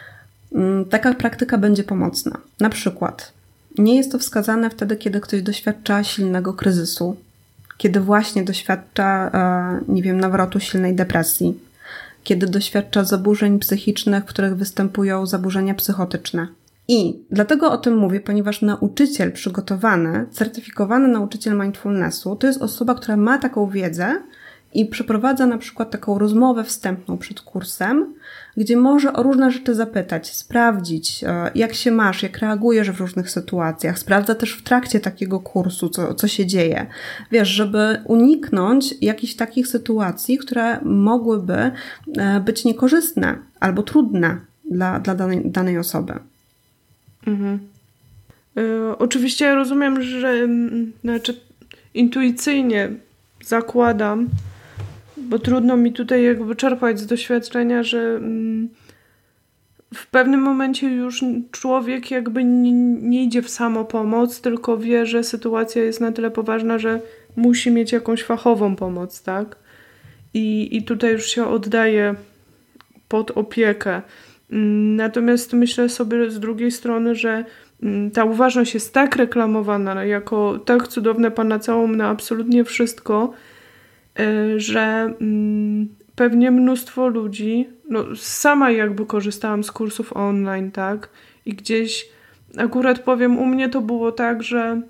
[SPEAKER 2] taka praktyka będzie pomocna. Na przykład nie jest to wskazane wtedy, kiedy ktoś doświadcza silnego kryzysu, kiedy właśnie doświadcza, nie wiem, nawrotu silnej depresji, kiedy doświadcza zaburzeń psychicznych, w których występują zaburzenia psychotyczne. I dlatego o tym mówię, ponieważ nauczyciel przygotowany, certyfikowany nauczyciel mindfulnessu to jest osoba, która ma taką wiedzę i przeprowadza na przykład taką rozmowę wstępną przed kursem, gdzie może o różne rzeczy zapytać, sprawdzić, jak się masz, jak reagujesz w różnych sytuacjach. Sprawdza też w trakcie takiego kursu, co, co się dzieje. Wiesz, żeby uniknąć jakichś takich sytuacji, które mogłyby być niekorzystne albo trudne dla, dla danej, danej osoby.
[SPEAKER 1] Mhm. Yy, oczywiście ja rozumiem, że yy, znaczy intuicyjnie zakładam, bo trudno mi tutaj jakby czerpać z doświadczenia, że yy, w pewnym momencie już człowiek jakby nie, nie idzie w samopomoc, tylko wie, że sytuacja jest na tyle poważna, że musi mieć jakąś fachową pomoc, tak? I, i tutaj już się oddaje pod opiekę. Natomiast myślę sobie z drugiej strony, że ta uważność jest tak reklamowana jako tak cudowne panaceum na absolutnie wszystko, że pewnie mnóstwo ludzi, no sama jakby korzystałam z kursów online, tak? I gdzieś akurat powiem, u mnie to było tak, że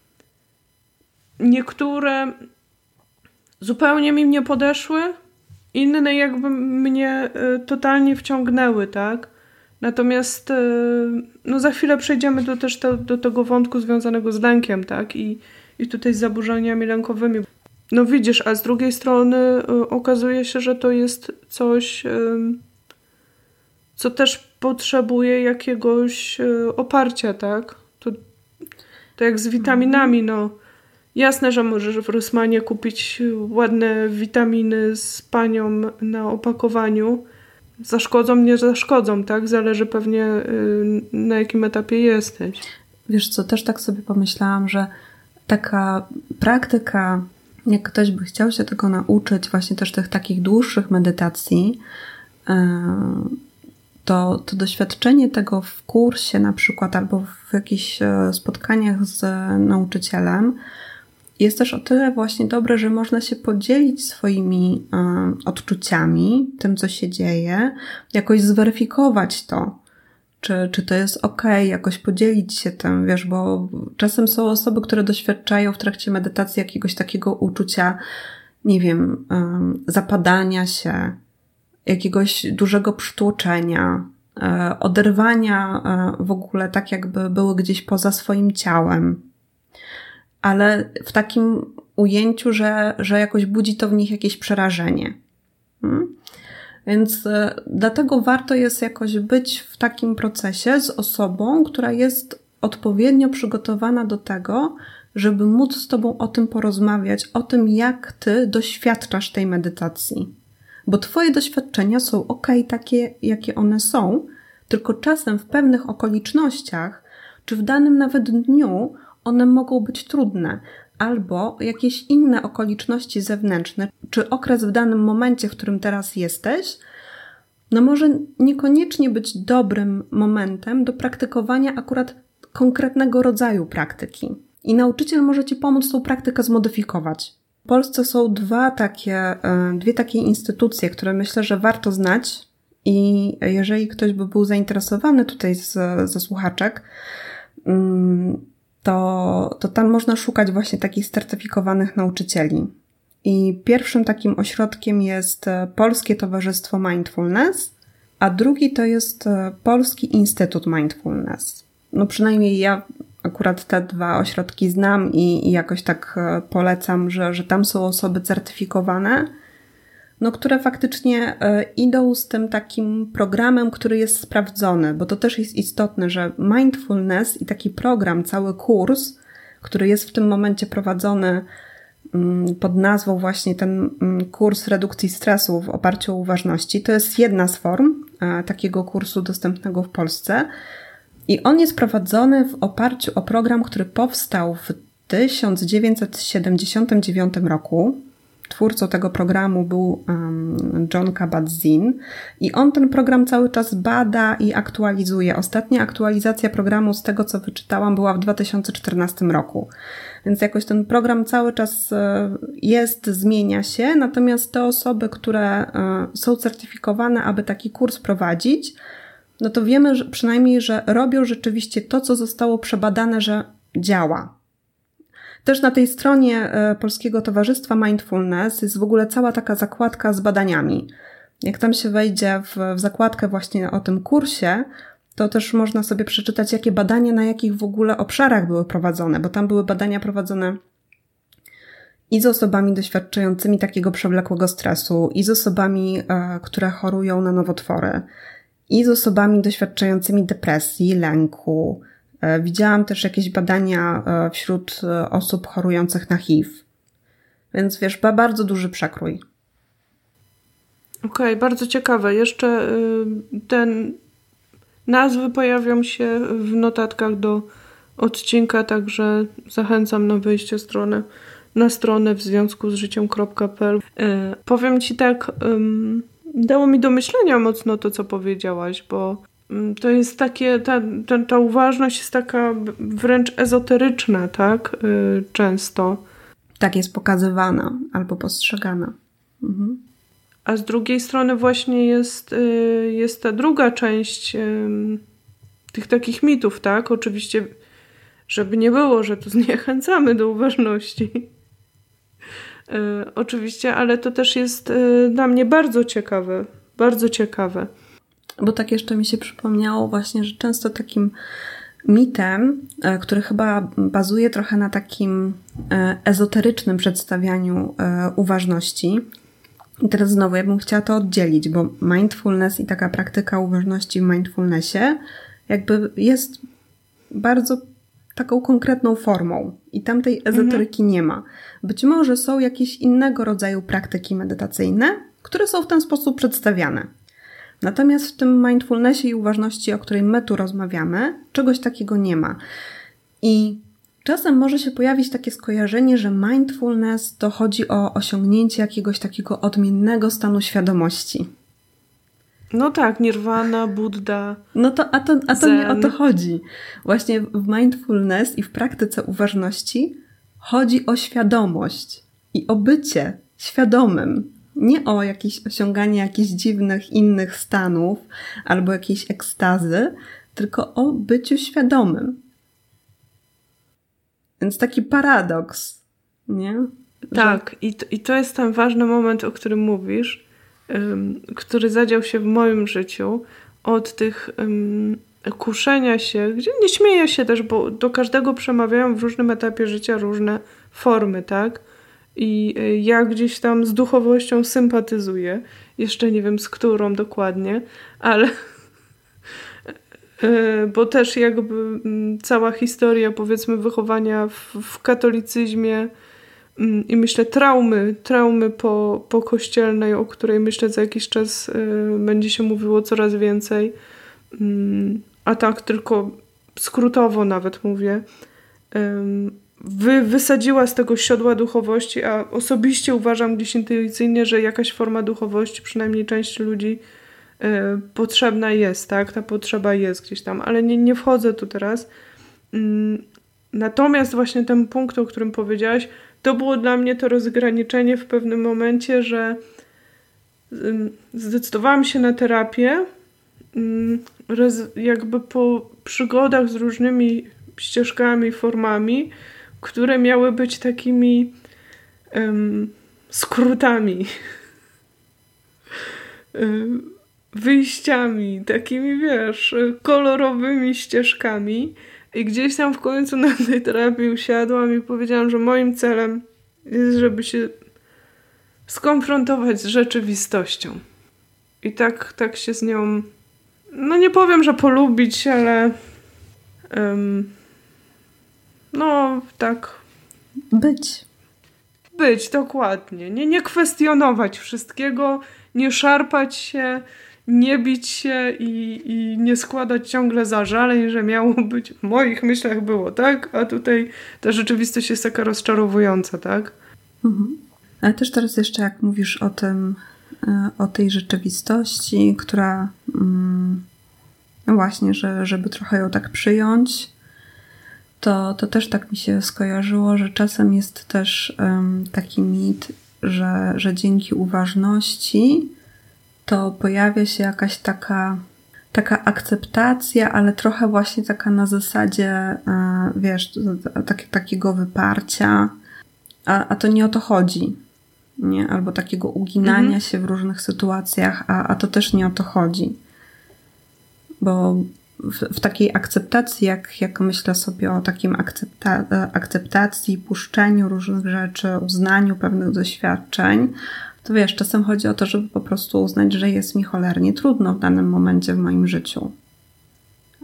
[SPEAKER 1] niektóre zupełnie mi nie podeszły, inne jakby mnie y, totalnie wciągnęły, tak? Natomiast y, no za chwilę przejdziemy do, też to, do tego wątku związanego z lękiem, tak? I, i tutaj z zaburzeniami lękowymi. No widzisz, a z drugiej strony y, okazuje się, że to jest coś, y, co też potrzebuje jakiegoś y, oparcia, tak? To, to jak z witaminami, no. Jasne, że możesz w Rossmanie kupić ładne witaminy z panią na opakowaniu. Zaszkodzą, nie zaszkodzą, tak? Zależy pewnie y, na jakim etapie jesteś.
[SPEAKER 2] Wiesz co, też tak sobie pomyślałam, że taka praktyka, jak ktoś by chciał się tego nauczyć, właśnie też tych takich dłuższych medytacji, yy, to, to doświadczenie tego w kursie na przykład albo w jakichś spotkaniach z nauczycielem jest też o tyle właśnie dobre, że można się podzielić swoimi y, odczuciami, tym co się dzieje, jakoś zweryfikować to, czy, czy to jest okej, jakoś podzielić się tym, wiesz, bo czasem są osoby, które doświadczają w trakcie medytacji jakiegoś takiego uczucia, nie wiem, y, zapadania się, jakiegoś dużego przytłoczenia, y, oderwania y, w ogóle tak jakby były gdzieś poza swoim ciałem, ale w takim ujęciu, że, że jakoś budzi to w nich jakieś przerażenie. Hmm? Więc y, dlatego warto jest jakoś być w takim procesie z osobą, która jest odpowiednio przygotowana do tego, żeby móc z tobą o tym porozmawiać, o tym, jak ty doświadczasz tej medytacji. Bo twoje doświadczenia są okej, takie, jakie one są, tylko czasem w pewnych okolicznościach, czy w danym nawet dniu, one mogą być trudne, albo jakieś inne okoliczności zewnętrzne, czy okres w danym momencie, w którym teraz jesteś, no może niekoniecznie być dobrym momentem do praktykowania akurat konkretnego rodzaju praktyki. I nauczyciel może ci pomóc tą praktykę zmodyfikować. W Polsce są dwa takie, dwie takie instytucje, które myślę, że warto znać i jeżeli ktoś by był zainteresowany tutaj z, ze słuchaczek, to, to tam można szukać właśnie takich certyfikowanych nauczycieli. I pierwszym takim ośrodkiem jest Polskie Towarzystwo Mindfulness, a drugi to jest Polski Instytut Mindfulness. No przynajmniej ja akurat te dwa ośrodki znam i, i jakoś tak polecam, że, że tam są osoby certyfikowane, no które faktycznie idą z tym takim programem, który jest sprawdzony, bo to też jest istotne, że mindfulness i taki program, cały kurs, który jest w tym momencie prowadzony pod nazwą właśnie ten kurs redukcji stresu w oparciu o uważności, to jest jedna z form takiego kursu dostępnego w Polsce i on jest prowadzony w oparciu o program, który powstał w tysiąc dziewięćset siedemdziesiątym dziewiątym roku. Twórcą tego programu był um, Jon Kabat-Zinn i on ten program cały czas bada i aktualizuje. Ostatnia aktualizacja programu, z tego co wyczytałam, była w dwa tysiące czternastym roku. Więc jakoś ten program cały czas jest, zmienia się, natomiast te osoby, które są certyfikowane, aby taki kurs prowadzić, no to wiemy że przynajmniej, że robią rzeczywiście to, co zostało przebadane, że działa. Też na tej stronie Polskiego Towarzystwa Mindfulness jest w ogóle cała taka zakładka z badaniami. Jak tam się wejdzie w, w zakładkę właśnie o tym kursie, to też można sobie przeczytać, jakie badania na jakich w ogóle obszarach były prowadzone, bo tam były badania prowadzone i z osobami doświadczającymi takiego przewlekłego stresu, i z osobami, e, które chorują na nowotwory, i z osobami doświadczającymi depresji, lęku, Widziałam też jakieś badania wśród osób chorujących na H I V. Więc wiesz, bardzo duży przekrój.
[SPEAKER 1] Okej, okay, bardzo ciekawe. Jeszcze ten nazwy pojawią się w notatkach do odcinka, także zachęcam na wejście strony, na stronę w związku z życiem kropka p l. Yy, powiem Ci tak, yy, dało mi do myślenia mocno to, co powiedziałaś, bo yy, to jest takie, ta, ta, ta uważność jest taka wręcz ezoteryczna, tak? Yy, często.
[SPEAKER 2] Tak jest pokazywana albo postrzegana. Mhm.
[SPEAKER 1] A z drugiej strony właśnie jest, yy, jest ta druga część yy, tych takich mitów, tak? Oczywiście, żeby nie było, że tu zniechęcamy do uważności. Yy, oczywiście, ale to też jest yy, dla mnie bardzo ciekawe. Bardzo ciekawe.
[SPEAKER 2] Bo tak jeszcze mi się przypomniało właśnie, że często takim mitem, yy, który chyba bazuje trochę na takim yy, ezoterycznym przedstawianiu yy, uważności. I teraz znowu ja bym chciała to oddzielić, bo mindfulness i taka praktyka uważności w mindfulnessie jakby jest bardzo taką konkretną formą i tam tej ezoteryki mhm. nie ma. Być może są jakieś innego rodzaju praktyki medytacyjne, które są w ten sposób przedstawiane. Natomiast w tym mindfulnessie i uważności, o której my tu rozmawiamy, czegoś takiego nie ma. I czasem może się pojawić takie skojarzenie, że mindfulness to chodzi o osiągnięcie jakiegoś takiego odmiennego stanu świadomości.
[SPEAKER 1] No tak, nirwana, Buddha.
[SPEAKER 2] No to, a to, a to nie o to chodzi. Właśnie w mindfulness i w praktyce uważności chodzi o świadomość i o bycie świadomym. Nie o jakieś osiąganie jakichś dziwnych innych stanów albo jakiejś ekstazy, tylko o byciu świadomym. Więc taki paradoks, nie?
[SPEAKER 1] Tak, że... i, to, i to jest ten ważny moment, o którym mówisz, um, który zadział się w moim życiu od tych um, kuszenia się, gdzie nie śmieję się też, bo do każdego przemawiają w różnym etapie życia różne formy, tak? I ja gdzieś tam z duchowością sympatyzuję. Jeszcze nie wiem z którą dokładnie, ale bo też jakby cała historia, powiedzmy, wychowania w, w katolicyzmie i myślę traumy, traumy po, po kościelnej, o której myślę za jakiś czas będzie się mówiło coraz więcej. A tak tylko skrótowo nawet mówię. Wy, wysadziła z tego siodła duchowości, a osobiście uważam gdzieś intuicyjnie, że jakaś forma duchowości, przynajmniej części ludzi y, potrzebna jest, tak? Ta potrzeba jest gdzieś tam, ale nie, nie wchodzę tu teraz. Mm, natomiast właśnie ten punkt, o którym powiedziałaś, to było dla mnie to rozgraniczenie w pewnym momencie, że y, zdecydowałam się na terapię, y, roz, jakby po przygodach z różnymi ścieżkami, formami, które miały być takimi um, skrótami, um, wyjściami, takimi, wiesz, kolorowymi ścieżkami. I gdzieś tam w końcu na tej terapii usiadłam i powiedziałam, że moim celem jest, żeby się skonfrontować z rzeczywistością. I tak, tak się z nią, no nie powiem, że polubić, ale um, no, tak.
[SPEAKER 2] Być.
[SPEAKER 1] Być, dokładnie. Nie, nie kwestionować wszystkiego, nie szarpać się, nie bić się i, i nie składać ciągle zażaleń, że miało być, w moich myślach było, tak? A tutaj ta rzeczywistość jest taka rozczarowująca, tak?
[SPEAKER 2] Mhm. Ale też teraz jeszcze jak mówisz o tym, o tej rzeczywistości, która no właśnie, że, żeby trochę ją tak przyjąć, To, to też tak mi się skojarzyło, że czasem jest też um, taki mit, że, że dzięki uważności to pojawia się jakaś taka, taka akceptacja, ale trochę właśnie taka na zasadzie, e, wiesz, tak, takiego wyparcia, a, a to nie o to chodzi, nie? Albo takiego uginania mhm. się w różnych sytuacjach, a, a to też nie o to chodzi. Bo W, w takiej akceptacji, jak, jak myślę sobie o takim akcepta, akceptacji, puszczeniu różnych rzeczy, uznaniu pewnych doświadczeń, to wiesz, czasem chodzi o to, żeby po prostu uznać, że jest mi cholernie trudno w danym momencie w moim życiu.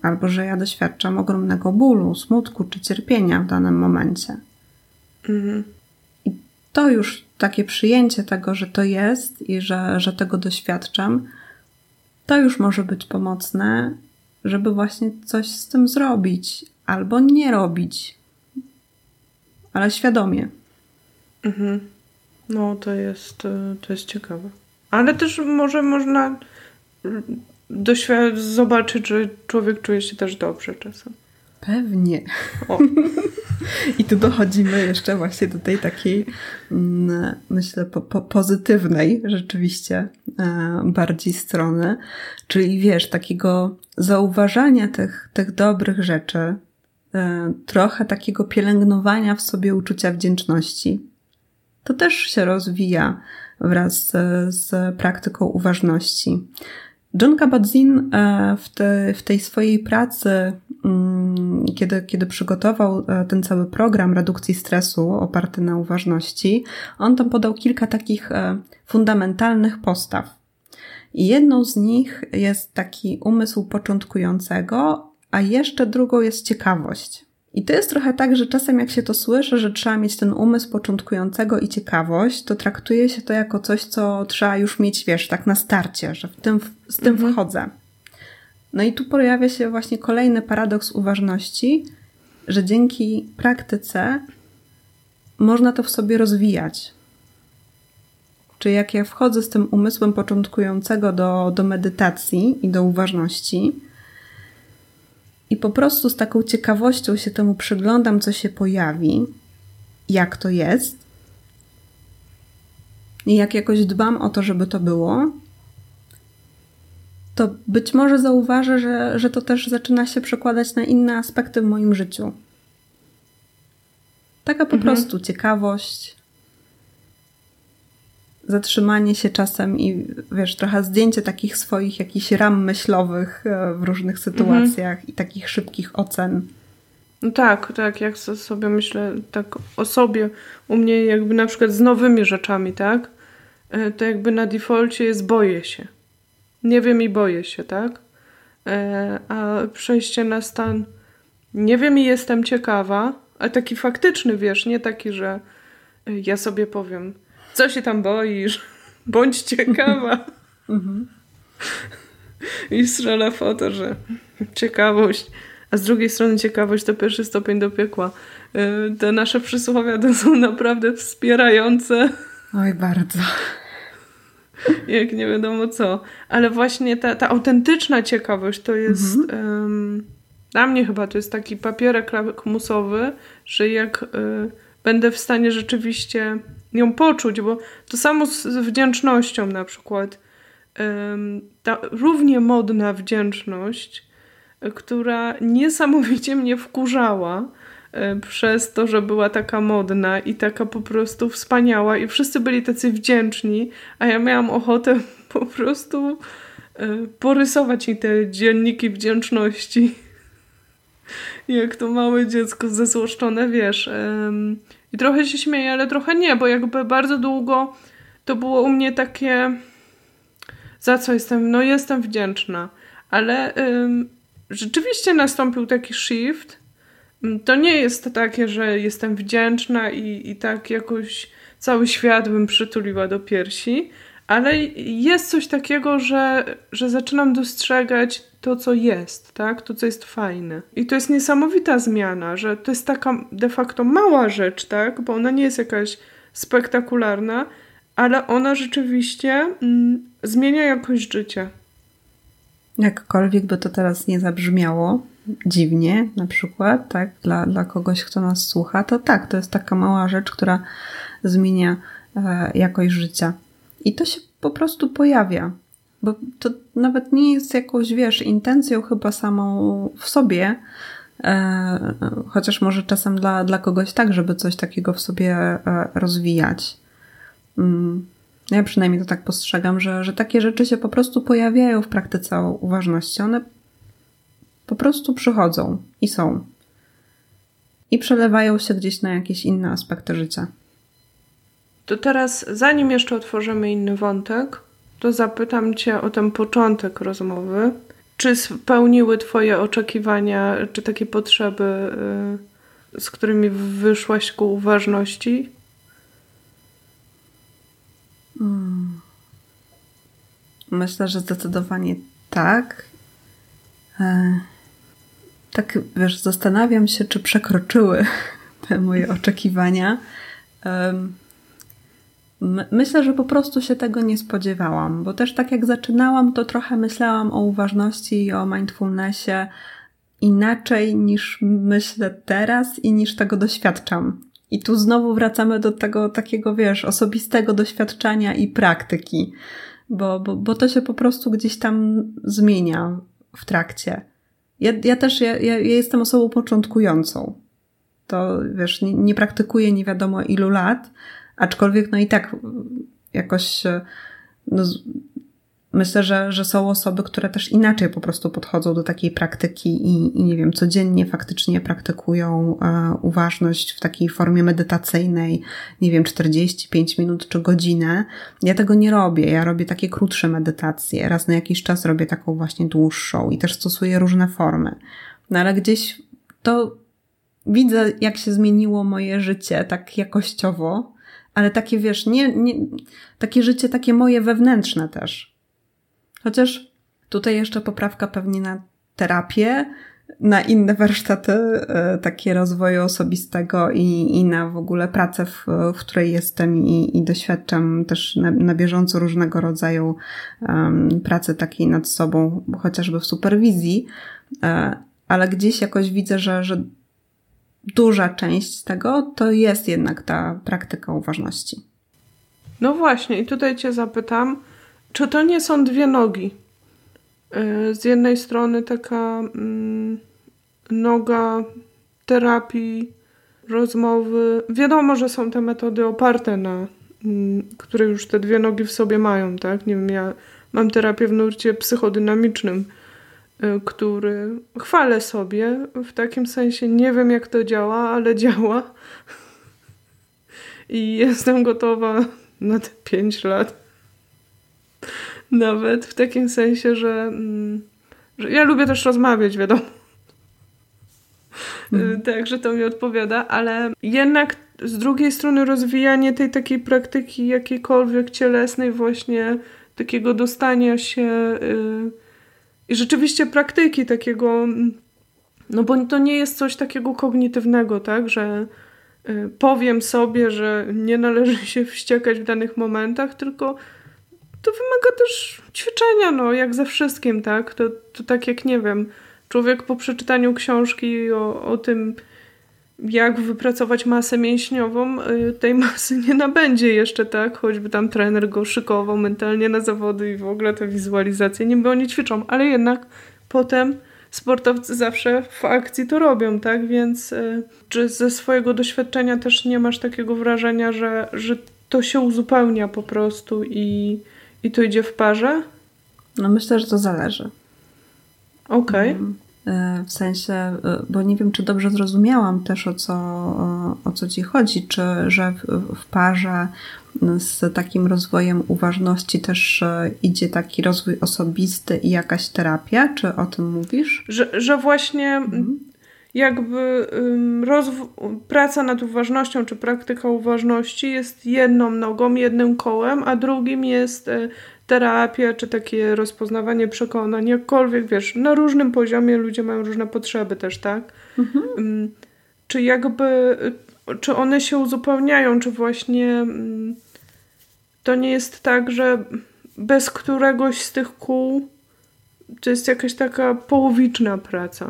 [SPEAKER 2] albo że ja doświadczam ogromnego bólu, smutku czy cierpienia w danym momencie.
[SPEAKER 1] Mhm.
[SPEAKER 2] I to już takie przyjęcie tego, że to jest i że, że tego doświadczam, to już może być pomocne, żeby właśnie coś z tym zrobić albo nie robić, ale świadomie.
[SPEAKER 1] Mhm. No, to jest, to jest ciekawe. Ale też może można doświad- zobaczyć, że człowiek czuje się też dobrze czasem.
[SPEAKER 2] Pewnie.
[SPEAKER 1] O.
[SPEAKER 2] I tu dochodzimy jeszcze właśnie do tej takiej, myślę, po, po, pozytywnej rzeczywiście e, bardziej strony, czyli wiesz, takiego zauważania tych, tych dobrych rzeczy, e, trochę takiego pielęgnowania w sobie uczucia wdzięczności. To też się rozwija wraz z, z praktyką uważności. John Kabat-Zinn w, te, w tej swojej pracy, kiedy, kiedy przygotował ten cały program redukcji stresu oparty na uważności, on tam podał kilka takich fundamentalnych postaw. I jedną z nich jest taki umysł początkującego, a jeszcze drugą jest ciekawość. I to jest trochę tak, że czasem jak się to słyszy, że trzeba mieć ten umysł początkującego i ciekawość, to traktuje się to jako coś, co trzeba już mieć, wiesz, tak na starcie, że w tym, z tym mhm. wchodzę. No i tu pojawia się właśnie kolejny paradoks uważności, że dzięki praktyce można to w sobie rozwijać. Czyli jak ja wchodzę z tym umysłem początkującego do, do medytacji i do uważności, i po prostu z taką ciekawością się temu przyglądam, co się pojawi, jak to jest. I jak jakoś dbam o to, żeby to było, to być może zauważę, że, że to też zaczyna się przekładać na inne aspekty w moim życiu. Taka po mhm. prostu ciekawość, zatrzymanie się czasem i wiesz, trochę zdjęcie takich swoich jakichś ram myślowych w różnych sytuacjach mhm. i takich szybkich ocen.
[SPEAKER 1] No tak, tak, jak sobie myślę tak o sobie, u mnie jakby na przykład z nowymi rzeczami, tak? To jakby na defaulcie jest boję się. Nie wiem i boję się, tak? A przejście na stan nie wiem i jestem ciekawa, ale taki faktyczny, wiesz, nie taki, że ja sobie powiem, co się tam boisz? Bądź ciekawa. Mhm. I strzela w to, że ciekawość, a z drugiej strony ciekawość to pierwszy stopień do piekła. Te nasze przysłowia to są naprawdę wspierające.
[SPEAKER 2] Oj, bardzo.
[SPEAKER 1] Jak nie wiadomo co. Ale właśnie ta, ta autentyczna ciekawość to jest mhm. um, dla mnie chyba to jest taki papierek lakmusowy, że jak y, będę w stanie rzeczywiście ją poczuć, bo to samo z wdzięcznością na przykład. Um, ta równie modna wdzięczność, która niesamowicie mnie wkurzała y, przez to, że była taka modna i taka po prostu wspaniała i wszyscy byli tacy wdzięczni, a ja miałam ochotę po prostu y, porysować jej te dzienniki wdzięczności. Jak to małe dziecko zezłoszczone, wiesz. Um, I trochę się śmieję, ale trochę nie, bo jakby bardzo długo to było u mnie takie za co jestem, no jestem wdzięczna. Ale um, rzeczywiście nastąpił taki shift. To nie jest takie, że jestem wdzięczna i, i tak jakoś cały świat bym przytuliła do piersi, ale jest coś takiego, że, że zaczynam dostrzegać to, co jest, tak? To, co jest fajne. I to jest niesamowita zmiana, że to jest taka de facto mała rzecz, tak? Bo ona nie jest jakaś spektakularna, ale ona rzeczywiście mm, zmienia jakość życia.
[SPEAKER 2] Jakkolwiek by to teraz nie zabrzmiało dziwnie, na przykład, tak? Dla, dla kogoś, kto nas słucha, to tak, to jest taka mała rzecz, która zmienia e, jakość życia. I to się po prostu pojawia. Bo to nawet nie jest jakąś, wiesz, intencją chyba samą w sobie, e, chociaż może czasem dla, dla kogoś tak, żeby coś takiego w sobie e, rozwijać. Mm. Ja przynajmniej to tak postrzegam, że, że takie rzeczy się po prostu pojawiają w praktyce uważności. One po prostu przychodzą i są. I przelewają się gdzieś na jakieś inne aspekty życia.
[SPEAKER 1] To teraz, zanim jeszcze otworzymy inny wątek, to zapytam Cię o ten początek rozmowy. czy spełniły twoje oczekiwania, czy takie potrzeby, z którymi wyszłaś ku uważności?
[SPEAKER 2] Hmm. Myślę, że zdecydowanie tak. E, tak, wiesz, zastanawiam się, czy przekroczyły te moje oczekiwania. E, my, myślę, że po prostu się tego nie spodziewałam, bo też tak jak zaczynałam, to trochę myślałam o uważności i o mindfulnessie inaczej niż myślę teraz i niż tego doświadczam. I tu znowu wracamy do tego takiego, wiesz, osobistego doświadczenia i praktyki, bo, bo, bo to się po prostu gdzieś tam zmienia w trakcie. Ja, ja też, ja, ja jestem osobą początkującą. To, wiesz, nie, nie praktykuję nie wiadomo ilu lat, aczkolwiek no i tak jakoś no, myślę, że, że są osoby, które też inaczej po prostu podchodzą do takiej praktyki i, i nie wiem, codziennie faktycznie praktykują e, uważność w takiej formie medytacyjnej, nie wiem, czterdzieści pięć minut czy godzinę. Ja tego nie robię. Ja robię takie krótsze medytacje. Raz na jakiś czas robię taką właśnie dłuższą i też stosuję różne formy. No ale gdzieś to widzę, jak się zmieniło moje życie tak jakościowo, ale takie, wiesz, nie, nie, takie życie takie moje wewnętrzne też. Chociaż tutaj jeszcze poprawka pewnie na terapię, na inne warsztaty e, takie rozwoju osobistego i, i na w ogóle pracę, w, w której jestem i, i doświadczam też na, na bieżąco różnego rodzaju um, pracy takiej nad sobą, chociażby w superwizji, e, ale gdzieś jakoś widzę, że, że duża część z tego to jest jednak ta praktyka uważności.
[SPEAKER 1] No właśnie, i tutaj cię zapytam, czy to nie są dwie nogi? Z jednej strony taka mm, noga terapii, rozmowy. Wiadomo, że są te metody oparte na, mm, które już te dwie nogi w sobie mają, tak? Nie wiem, ja mam terapię w nurcie psychodynamicznym, y, który chwalę sobie, w takim sensie nie wiem jak to działa, ale działa. I jestem gotowa na te pięć lat. Nawet w takim sensie, że, że ja lubię też rozmawiać, wiadomo. Mm. Także to mi odpowiada, ale jednak z drugiej strony rozwijanie tej takiej praktyki jakiejkolwiek cielesnej właśnie, takiego dostania się yy, i rzeczywiście praktyki takiego, no bo to nie jest coś takiego kognitywnego, tak, że yy, powiem sobie, że nie należy się wściekać w danych momentach, tylko to wymaga też ćwiczenia, no, jak ze wszystkim, tak? To, to tak jak, nie wiem, człowiek po przeczytaniu książki o, o tym, jak wypracować masę mięśniową, tej masy nie nabędzie jeszcze, tak? Choćby tam trener go szykował mentalnie na zawody i w ogóle te wizualizacje, niby oni ćwiczą, ale jednak potem sportowcy zawsze w akcji to robią, tak? Więc czy ze swojego doświadczenia też nie masz takiego wrażenia, że, że to się uzupełnia po prostu i I to idzie w parze?
[SPEAKER 2] No myślę, że to zależy.
[SPEAKER 1] Okej. Okay.
[SPEAKER 2] W sensie, bo nie wiem, czy dobrze zrozumiałam też o co, o co ci chodzi, czy że w, w parze z takim rozwojem uważności też idzie taki rozwój osobisty i jakaś terapia, czy o tym mówisz?
[SPEAKER 1] Że, że właśnie mhm. jakby rozw- praca nad uważnością, czy praktyka uważności jest jedną nogą, jednym kołem, a drugim jest terapia, czy takie rozpoznawanie przekonań, jakkolwiek, wiesz, na różnym poziomie ludzie mają różne potrzeby też, tak? Mhm. Czy jakby, czy one się uzupełniają, czy właśnie to nie jest tak, że bez któregoś z tych kół to jest jakaś taka połowiczna praca?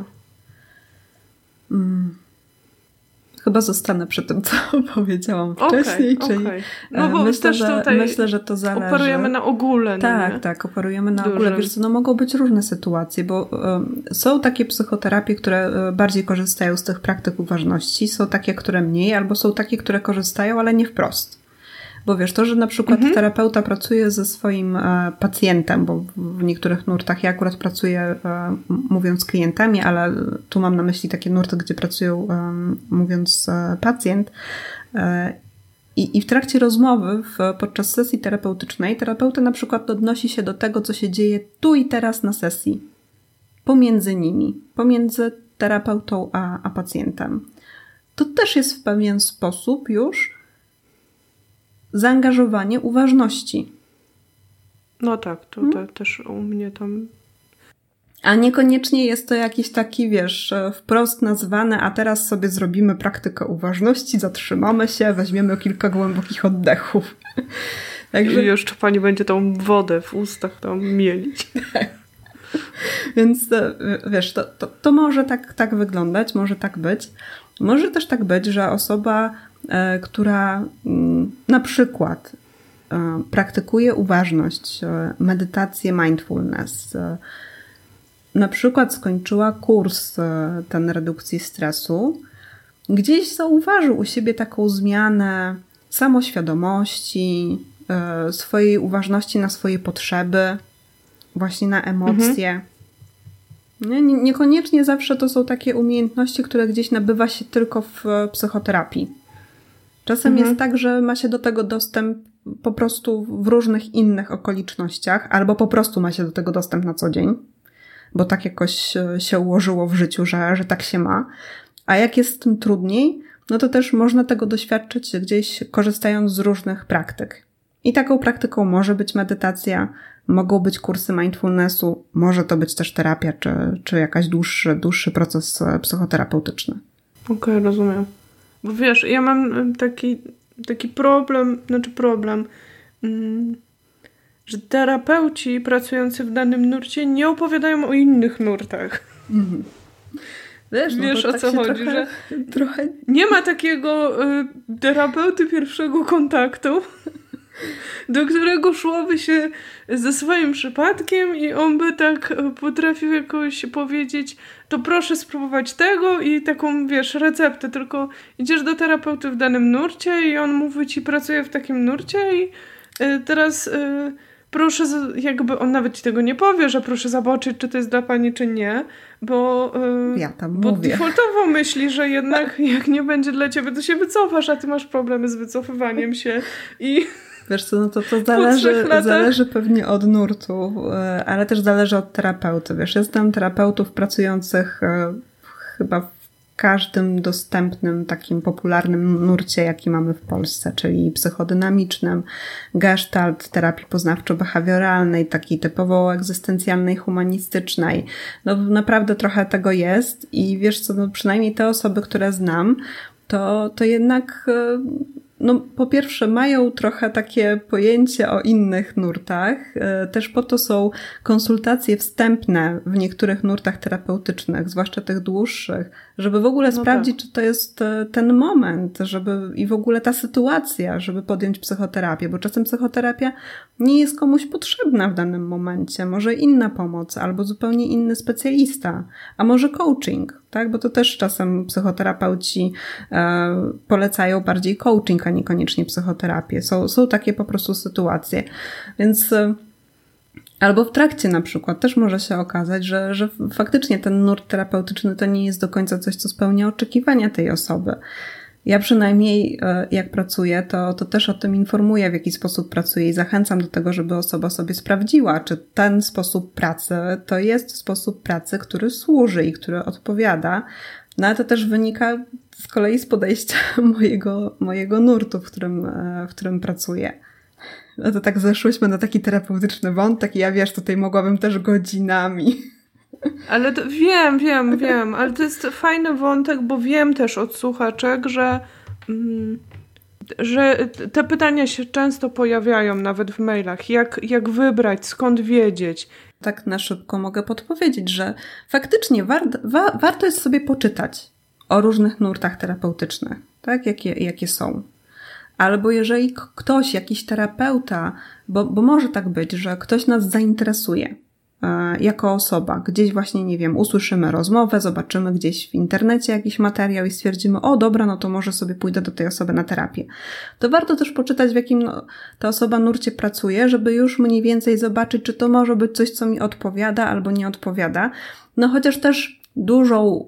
[SPEAKER 2] Hmm. Chyba zostanę przy tym, co powiedziałam wcześniej.
[SPEAKER 1] Okay,
[SPEAKER 2] czyli
[SPEAKER 1] okay. No bo
[SPEAKER 2] myślę,
[SPEAKER 1] też
[SPEAKER 2] że,
[SPEAKER 1] tutaj
[SPEAKER 2] myślę, że to zależy.
[SPEAKER 1] Operujemy na ogóle.
[SPEAKER 2] Tak,
[SPEAKER 1] no
[SPEAKER 2] tak, operujemy na Dużym. ogóle. Wiesz co, no mogą być różne sytuacje, bo um, są takie psychoterapie, które bardziej korzystają z tych praktyk uważności, są takie, które mniej, albo są takie, które korzystają, ale nie wprost. Bo wiesz, to, że na przykład mhm. terapeuta pracuje ze swoim e, pacjentem, bo w niektórych nurtach ja akurat pracuję e, mówiąc z klientami, ale tu mam na myśli takie nurty, gdzie pracują e, mówiąc e, pacjent. E, i, I w trakcie rozmowy, w, podczas sesji terapeutycznej, terapeuta na przykład odnosi się do tego, co się dzieje tu i teraz na sesji. pomiędzy nimi, pomiędzy terapeutą a, a pacjentem. To też jest w pewien sposób już zaangażowanie uważności.
[SPEAKER 1] No tak, to hmm? te, też u mnie tam...
[SPEAKER 2] A niekoniecznie jest to jakiś taki, wiesz, wprost nazwane, a teraz sobie zrobimy praktykę uważności, zatrzymamy się, weźmiemy kilka głębokich oddechów.
[SPEAKER 1] Także... I jeszcze pani będzie tą wodę w ustach tam mielić.
[SPEAKER 2] Więc wiesz, to, to, to może tak, tak wyglądać, może tak być. Może też tak być, że osoba, e, która m, na przykład e, praktykuje uważność, e, medytację mindfulness, e, na przykład skończyła kurs e, ten redukcji stresu, gdzieś zauważył u siebie taką zmianę samoświadomości, e, swojej uważności na swoje potrzeby, właśnie na emocje. Mhm. Nie, niekoniecznie zawsze to są takie umiejętności, które gdzieś nabywa się tylko w psychoterapii. Czasem mhm. jest tak, że ma się do tego dostęp po prostu w różnych innych okolicznościach, albo po prostu ma się do tego dostęp na co dzień, bo tak jakoś się ułożyło w życiu, że, że tak się ma. A jak jest z tym trudniej, no to też można tego doświadczyć gdzieś korzystając z różnych praktyk. I taką praktyką może być medytacja, mogą być kursy mindfulnessu, może to być też terapia, czy, czy jakaś dłuższy, dłuższy proces psychoterapeutyczny.
[SPEAKER 1] Okej, okay, rozumiem. Bo wiesz, ja mam taki, taki problem, znaczy problem, mm, że terapeuci pracujący w danym nurcie nie opowiadają o innych nurtach. Mm.
[SPEAKER 2] Wiesz,
[SPEAKER 1] Wiesz
[SPEAKER 2] no
[SPEAKER 1] o
[SPEAKER 2] tak
[SPEAKER 1] co chodzi,
[SPEAKER 2] trochę,
[SPEAKER 1] że
[SPEAKER 2] trochę...
[SPEAKER 1] nie ma takiego y, terapeuty pierwszego kontaktu, do którego szłoby się ze swoim przypadkiem i on by tak potrafił jakoś powiedzieć, to proszę spróbować tego i taką, wiesz, receptę, tylko idziesz do terapeuty w danym nurcie i on mówi ci, pracuje w takim nurcie i y, teraz y, proszę, jakby on nawet ci tego nie powie, że proszę zobaczyć, czy to jest dla pani, czy nie, bo, y,
[SPEAKER 2] ja tam
[SPEAKER 1] bo
[SPEAKER 2] mówię.
[SPEAKER 1] defaultowo myśli, że jednak jak nie będzie dla ciebie, to się wycofasz, a ty masz problemy z wycofywaniem się i...
[SPEAKER 2] Wiesz co, no to, to zależy, zależy pewnie od nurtu, ale też zależy od terapeuty. Wiesz, jest tam terapeutów pracujących chyba w każdym dostępnym takim popularnym nurcie, jaki mamy w Polsce, czyli psychodynamicznym, gestalt, terapii poznawczo-behawioralnej, takiej typowo egzystencjalnej, humanistycznej. No naprawdę trochę tego jest i wiesz co, no przynajmniej te osoby, które znam, to, to jednak... No, po pierwsze mają trochę takie pojęcie o innych nurtach. Też po to są konsultacje wstępne w niektórych nurtach terapeutycznych, zwłaszcza tych dłuższych, żeby w ogóle no sprawdzić, tak. czy to jest ten moment, żeby i w ogóle ta sytuacja, żeby podjąć psychoterapię, bo czasem psychoterapia nie jest komuś potrzebna w danym momencie. Może inna pomoc, albo zupełnie inny specjalista, a może coaching, tak? Bo to też czasem psychoterapeuci e, polecają bardziej coaching, a niekoniecznie psychoterapię. Są, są takie po prostu sytuacje. Więc e, albo w trakcie na przykład też może się okazać, że, że faktycznie ten nurt terapeutyczny to nie jest do końca coś, co spełnia oczekiwania tej osoby. Ja przynajmniej jak pracuję, to, to też o tym informuję, w jaki sposób pracuję i zachęcam do tego, żeby osoba sobie sprawdziła, czy ten sposób pracy to jest sposób pracy, który służy i który odpowiada. No ale to też wynika z kolei z podejścia mojego, mojego nurtu, w którym, w którym pracuję. No to tak zeszłyśmy na taki terapeutyczny wątek i ja wiesz, tutaj mogłabym też godzinami.
[SPEAKER 1] Ale to, wiem, wiem, wiem, ale to jest fajny wątek, bo wiem też od słuchaczek, że, mm, że te pytania się często pojawiają nawet w mailach. Jak, jak wybrać, skąd wiedzieć?
[SPEAKER 2] Tak na szybko mogę podpowiedzieć, że faktycznie war, wa, warto jest sobie poczytać o różnych nurtach terapeutycznych, tak, jakie, jakie są. Albo jeżeli ktoś, jakiś terapeuta, bo, bo może tak być, że ktoś nas zainteresuje jako osoba, gdzieś właśnie, nie wiem, usłyszymy rozmowę, zobaczymy gdzieś w internecie jakiś materiał i stwierdzimy, o dobra, no to może sobie pójdę do tej osoby na terapię. To warto też poczytać, w jakim no, ta osoba nurcie pracuje, żeby już mniej więcej zobaczyć, czy to może być coś, co mi odpowiada albo nie odpowiada. No chociaż też dużą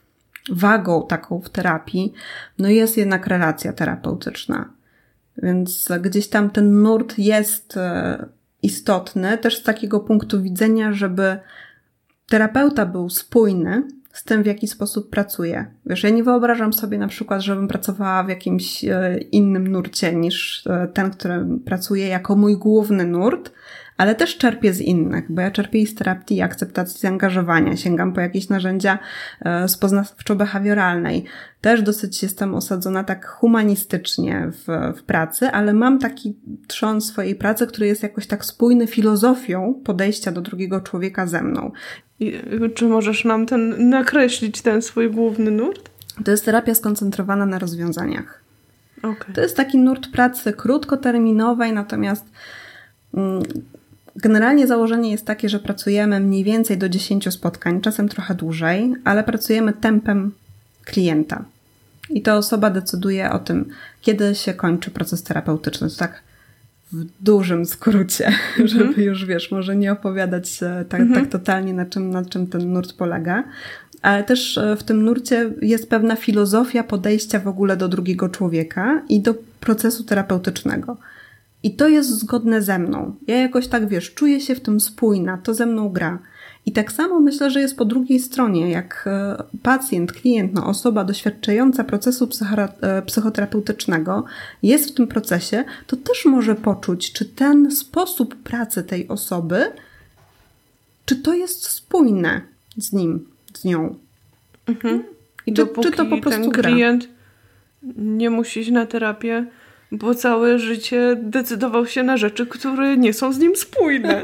[SPEAKER 2] wagą taką w terapii, no jest jednak relacja terapeutyczna. Więc gdzieś tam ten nurt jest istotny też z takiego punktu widzenia, żeby terapeuta był spójny z tym, w jaki sposób pracuje. Wiesz, ja nie wyobrażam sobie na przykład, żebym pracowała w jakimś innym nurcie niż ten, którym pracuję, jako mój główny nurt, ale też czerpię z innych, bo ja czerpię i z terapii, i akceptacji zaangażowania. Sięgam po jakieś narzędzia z poznawczo-behawioralnej. Też dosyć jestem osadzona tak humanistycznie w, w pracy, ale mam taki trzon swojej pracy, który jest jakoś tak spójny filozofią podejścia do drugiego człowieka ze mną.
[SPEAKER 1] I, czy możesz nam ten nakreślić ten swój główny nurt?
[SPEAKER 2] To jest terapia skoncentrowana na rozwiązaniach.
[SPEAKER 1] Okay.
[SPEAKER 2] To jest taki nurt pracy krótkoterminowej, natomiast mm, generalnie założenie jest takie, że pracujemy mniej więcej do dziesięciu spotkań, czasem trochę dłużej, ale pracujemy tempem klienta. I to osoba decyduje o tym, kiedy się kończy proces terapeutyczny. To tak w dużym skrócie, mm-hmm. żeby już, wiesz, może nie opowiadać tak, mm-hmm. tak totalnie, na czym, na czym ten nurt polega. Ale też w tym nurcie jest pewna filozofia podejścia w ogóle do drugiego człowieka i do procesu terapeutycznego. I to jest zgodne ze mną. Ja jakoś tak, wiesz, czuję się w tym spójna, to ze mną gra. I tak samo myślę, że jest po drugiej stronie, jak pacjent, klient, no osoba doświadczająca procesu psychoterapeutycznego jest w tym procesie, to też może poczuć, czy ten sposób pracy tej osoby, czy to jest spójne z nim, z nią.
[SPEAKER 1] Mhm.
[SPEAKER 2] I czy, czy to po prostu
[SPEAKER 1] ten
[SPEAKER 2] gra.
[SPEAKER 1] Klient nie musi iść na terapię, bo całe życie decydował się na rzeczy, które nie są z nim spójne.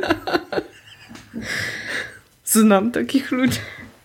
[SPEAKER 1] Znam takich ludzi.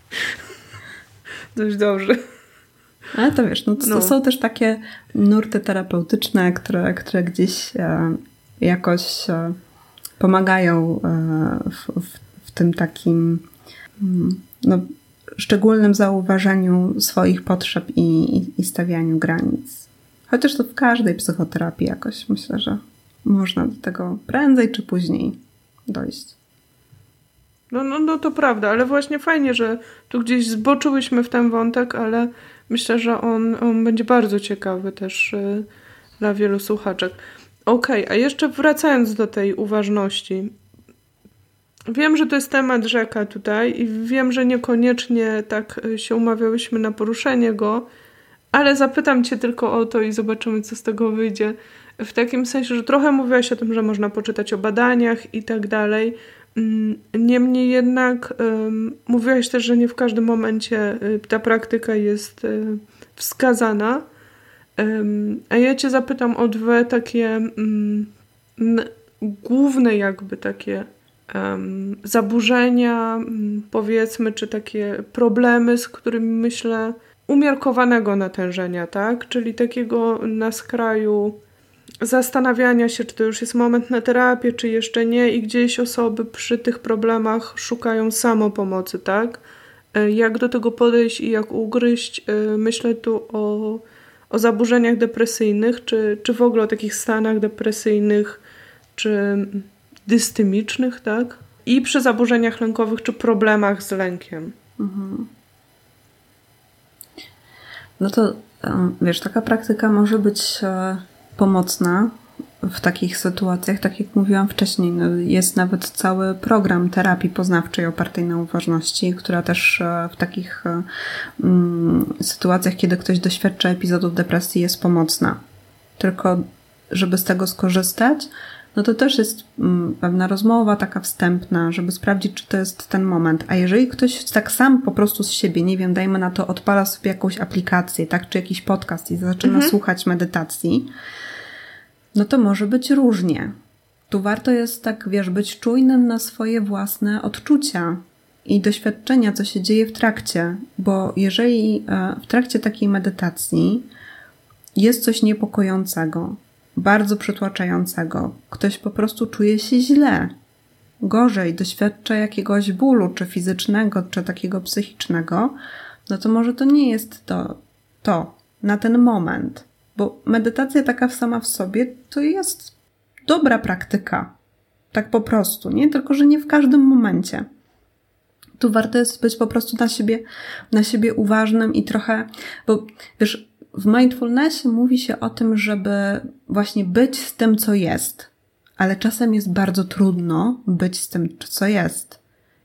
[SPEAKER 1] Dość dobrze.
[SPEAKER 2] Ale to wiesz, no, to no. są też takie nurty terapeutyczne, które, które gdzieś e, jakoś e, pomagają e, w, w, w tym takim no, szczególnym zauważaniu swoich potrzeb i, i, i stawianiu granic. Chociaż to w każdej psychoterapii jakoś myślę, że można do tego prędzej czy później dojść.
[SPEAKER 1] No, no, no to prawda, ale właśnie fajnie, że tu gdzieś zboczyłyśmy w ten wątek, ale myślę, że on, on będzie bardzo ciekawy też y, dla wielu słuchaczek. Okej, okay, a jeszcze wracając do tej uważności. Wiem, że to jest temat rzeka tutaj i wiem, że niekoniecznie tak się umawiałyśmy na poruszenie go, ale zapytam Cię tylko o to i zobaczymy, co z tego wyjdzie. W takim sensie, że trochę mówiłaś o tym, że można poczytać o badaniach i tak dalej. Niemniej jednak um, mówiłaś też, że nie w każdym momencie y, ta praktyka jest y, wskazana. Um, a ja Cię zapytam o dwie takie um, n- główne jakby takie um, zaburzenia, um, powiedzmy, czy takie problemy, z którymi myślę umiarkowanego natężenia, tak? Czyli takiego na skraju zastanawiania się, czy to już jest moment na terapię, czy jeszcze nie i gdzieś osoby przy tych problemach szukają samopomocy, tak? Jak do tego podejść i jak ugryźć? Myślę tu o, o zaburzeniach depresyjnych, czy, czy w ogóle o takich stanach depresyjnych, czy dystymicznych, tak? I przy zaburzeniach lękowych, czy problemach z lękiem.
[SPEAKER 2] Mhm. No to wiesz, taka praktyka może być pomocna w takich sytuacjach, tak jak mówiłam wcześniej. No jest nawet cały program terapii poznawczej opartej na uważności, która też w takich um, sytuacjach, kiedy ktoś doświadcza epizodów depresji, jest pomocna. Tylko żeby z tego skorzystać, no to też jest um, pewna rozmowa taka wstępna, żeby sprawdzić, czy to jest ten moment. A jeżeli ktoś tak sam po prostu z siebie, nie wiem, dajmy na to, odpala sobie jakąś aplikację, tak, czy jakiś podcast i zaczyna mhm. słuchać medytacji, no to może być różnie. Tu warto jest tak, wiesz, być czujnym na swoje własne odczucia i doświadczenia, co się dzieje w trakcie, bo jeżeli w trakcie takiej medytacji jest coś niepokojącego, bardzo przytłaczającego, ktoś po prostu czuje się źle, gorzej, doświadcza jakiegoś bólu, czy fizycznego, czy takiego psychicznego, no to może to nie jest to, to na ten moment. Bo medytacja taka sama w sobie to jest dobra praktyka. Tak po prostu, nie? Tylko że nie w każdym momencie. Tu warto jest być po prostu na siebie, na siebie uważnym i trochę, bo wiesz, w mindfulnessie mówi się o tym, żeby właśnie być z tym, co jest. Ale czasem jest bardzo trudno być z tym, co jest.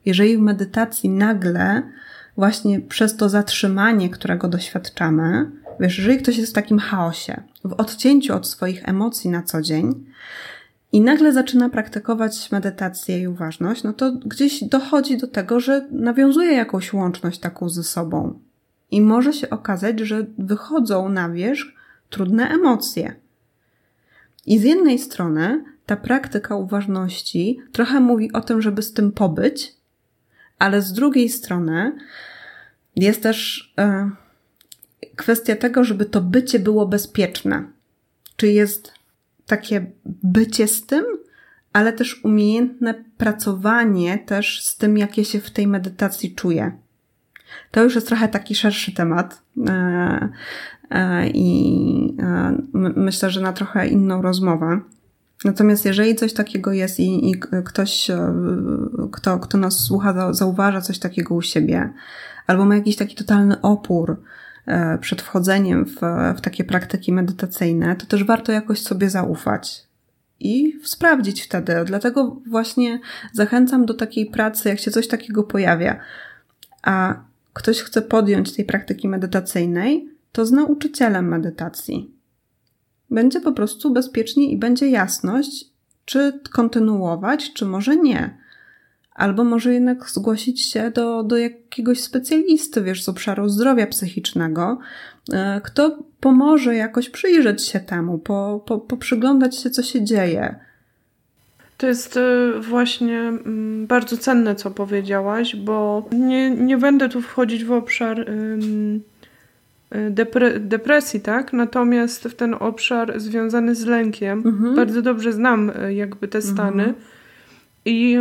[SPEAKER 2] Jeżeli w medytacji nagle właśnie przez to zatrzymanie, którego doświadczamy, wiesz, jeżeli ktoś jest w takim chaosie, w odcięciu od swoich emocji na co dzień i nagle zaczyna praktykować medytację i uważność, no to gdzieś dochodzi do tego, że nawiązuje jakąś łączność taką ze sobą. I może się okazać, że wychodzą na wierzch trudne emocje. I z jednej strony ta praktyka uważności trochę mówi o tym, żeby z tym pobyć, ale z drugiej strony jest też e, kwestia tego, żeby to bycie było bezpieczne. Czy jest takie bycie z tym, ale też umiejętne pracowanie też z tym, jak ja się w tej medytacji czuję. To już jest trochę taki szerszy temat e, e, i e, myślę, że na trochę inną rozmowę. Natomiast jeżeli coś takiego jest i, i ktoś, kto, kto nas słucha, zauważa coś takiego u siebie, albo ma jakiś taki totalny opór przed wchodzeniem w, w takie praktyki medytacyjne, to też warto jakoś sobie zaufać i sprawdzić wtedy. Dlatego właśnie zachęcam do takiej pracy, jak się coś takiego pojawia, a ktoś chce podjąć tej praktyki medytacyjnej, to z nauczycielem medytacji. Będzie po prostu bezpiecznie i będzie jasność, czy kontynuować, czy może nie. Albo może jednak zgłosić się do, do jakiegoś specjalisty, wiesz, z obszaru zdrowia psychicznego, kto pomoże jakoś przyjrzeć się temu, po, po, poprzyglądać się, co się dzieje.
[SPEAKER 1] To jest właśnie bardzo cenne, co powiedziałaś, bo nie, nie będę tu wchodzić w obszar depre- depresji, tak? Natomiast w ten obszar związany z lękiem mhm. bardzo dobrze znam jakby te stany mhm. i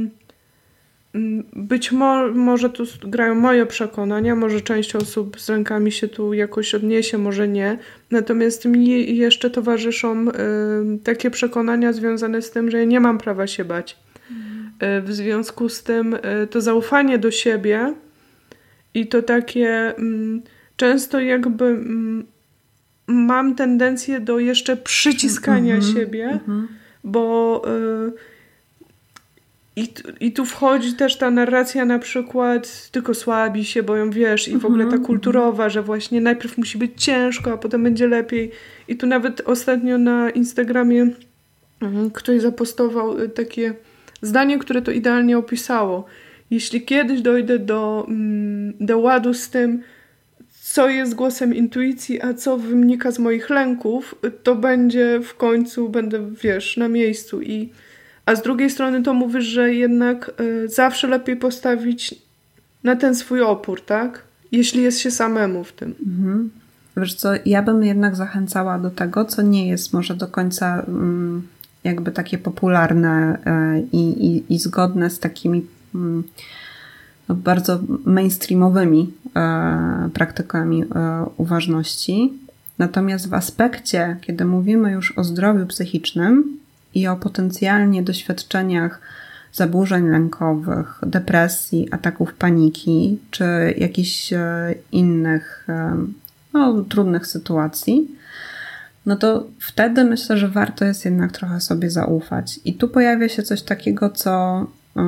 [SPEAKER 1] być mo- może tu grają moje przekonania, może część osób z lękami się tu jakoś odniesie, może nie. Natomiast mi jeszcze towarzyszą y, takie przekonania związane z tym, że ja nie mam prawa się bać. Mm. Y, w związku z tym y, to zaufanie do siebie i to takie y, często jakby y, mam tendencję do jeszcze przyciskania mm-hmm, siebie, mm-hmm. bo y, I, I tu wchodzi też ta narracja na przykład tylko słabi się boją, wiesz, i w ogóle ta kulturowa, że właśnie najpierw musi być ciężko, a potem będzie lepiej. I tu nawet ostatnio na Instagramie ktoś zapostował takie zdanie, które to idealnie opisało. Jeśli kiedyś dojdę do, do ładu z tym, co jest głosem intuicji, a co wynika z moich lęków, to będzie w końcu, będę, wiesz, na miejscu. I A z drugiej strony to mówisz, że jednak y, zawsze lepiej postawić na ten swój opór, tak? Jeśli jest się samemu w tym.
[SPEAKER 2] Mhm. Wiesz co, ja bym jednak zachęcała do tego, co nie jest może do końca mm, jakby takie popularne y, i, i zgodne z takimi mm, no, bardzo mainstreamowymi y, praktykami y, uważności. Natomiast w aspekcie, kiedy mówimy już o zdrowiu psychicznym, i o potencjalnie doświadczeniach zaburzeń lękowych, depresji, ataków paniki, czy jakichś innych no, trudnych sytuacji, no to wtedy myślę, że warto jest jednak trochę sobie zaufać. I tu pojawia się coś takiego, co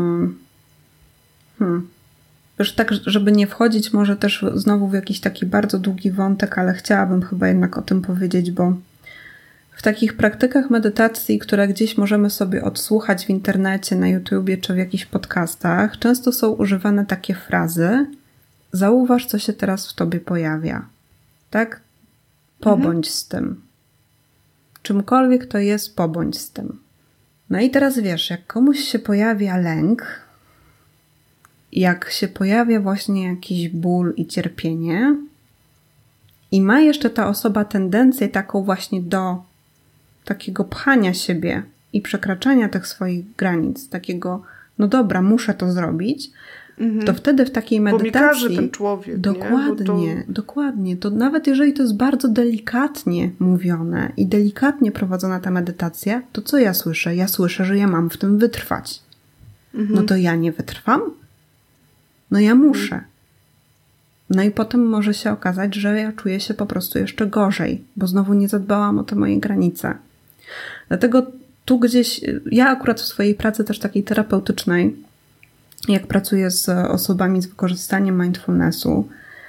[SPEAKER 2] hmm, już tak, żeby nie wchodzić może też znowu w jakiś taki bardzo długi wątek, ale chciałabym chyba jednak o tym powiedzieć, bo w takich praktykach medytacji, które gdzieś możemy sobie odsłuchać w internecie, na YouTubie czy w jakichś podcastach, często są używane takie frazy: zauważ, co się teraz w tobie pojawia. Tak? Pobądź mhm. z tym. Czymkolwiek to jest, pobądź z tym. No i teraz wiesz, jak komuś się pojawia lęk, jak się pojawia właśnie jakiś ból i cierpienie i ma jeszcze ta osoba tendencję taką właśnie do takiego pchania siebie i przekraczania tych swoich granic, takiego, no dobra, muszę to zrobić, mhm. to wtedy w takiej medytacji... Bo mi każe
[SPEAKER 1] ten człowiek,
[SPEAKER 2] dokładnie,
[SPEAKER 1] nie? To...
[SPEAKER 2] dokładnie. To nawet jeżeli to jest bardzo delikatnie mówione i delikatnie prowadzona ta medytacja, to co ja słyszę? Ja słyszę, że ja mam w tym wytrwać. Mhm. No to ja nie wytrwam? No ja muszę. Mhm. No i potem może się okazać, że ja czuję się po prostu jeszcze gorzej, bo znowu nie zadbałam o te moje granice. Dlatego tu gdzieś, ja akurat w swojej pracy też takiej terapeutycznej jak pracuję z osobami z wykorzystaniem mindfulnessu,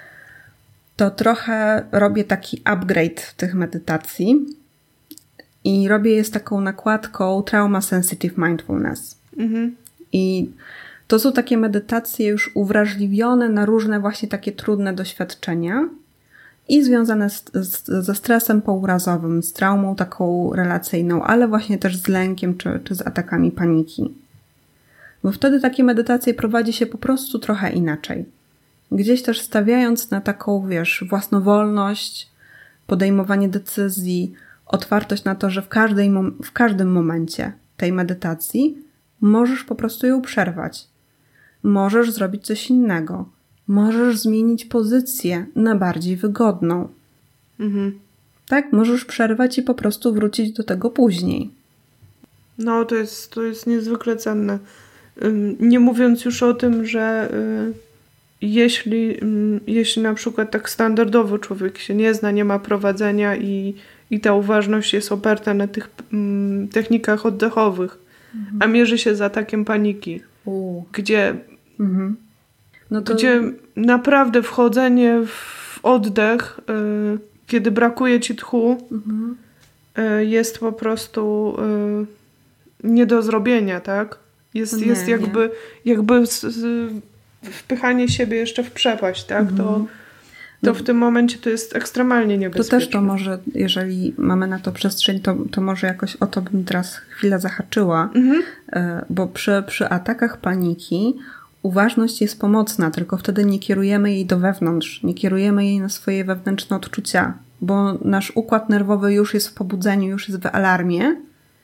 [SPEAKER 2] to trochę robię taki upgrade tych medytacji i robię je z taką nakładką Trauma Sensitive Mindfulness. Mhm. I to są takie medytacje już uwrażliwione na różne właśnie takie trudne doświadczenia i związane z, z, ze stresem pourazowym, z traumą taką relacyjną, ale właśnie też z lękiem czy, czy z atakami paniki. Bo wtedy takie medytacje prowadzi się po prostu trochę inaczej. Gdzieś też stawiając na taką, wiesz, własnowolność, podejmowanie decyzji, otwartość na to, że w, każdej, w każdym momencie tej medytacji możesz po prostu ją przerwać. Możesz zrobić coś innego. Możesz zmienić pozycję na bardziej wygodną. Mhm. Tak? Możesz przerwać i po prostu wrócić do tego później.
[SPEAKER 1] No, to jest, to jest niezwykle cenne. Nie mówiąc już o tym, że jeśli, jeśli na przykład tak standardowo człowiek się nie zna, nie ma prowadzenia i, i ta uważność jest oparta na tych mm, technikach oddechowych, mhm. a mierzy się z atakiem paniki, U. gdzie, mhm. no to... gdzie naprawdę wchodzenie w oddech, y, kiedy brakuje ci tchu, mhm. y, jest po prostu y, nie do zrobienia, tak? Jest, nie, jest jakby, jakby z, z, wpychanie siebie jeszcze w przepaść, tak? Mhm. To, to no, w tym momencie to jest ekstremalnie niebezpieczne.
[SPEAKER 2] To też to może, jeżeli mamy na to przestrzeń, to, to może jakoś o to bym teraz chwilę zahaczyła, mhm. bo przy, przy atakach paniki uważność jest pomocna, tylko wtedy nie kierujemy jej do wewnątrz, nie kierujemy jej na swoje wewnętrzne odczucia, bo nasz układ nerwowy już jest w pobudzeniu, już jest w alarmie,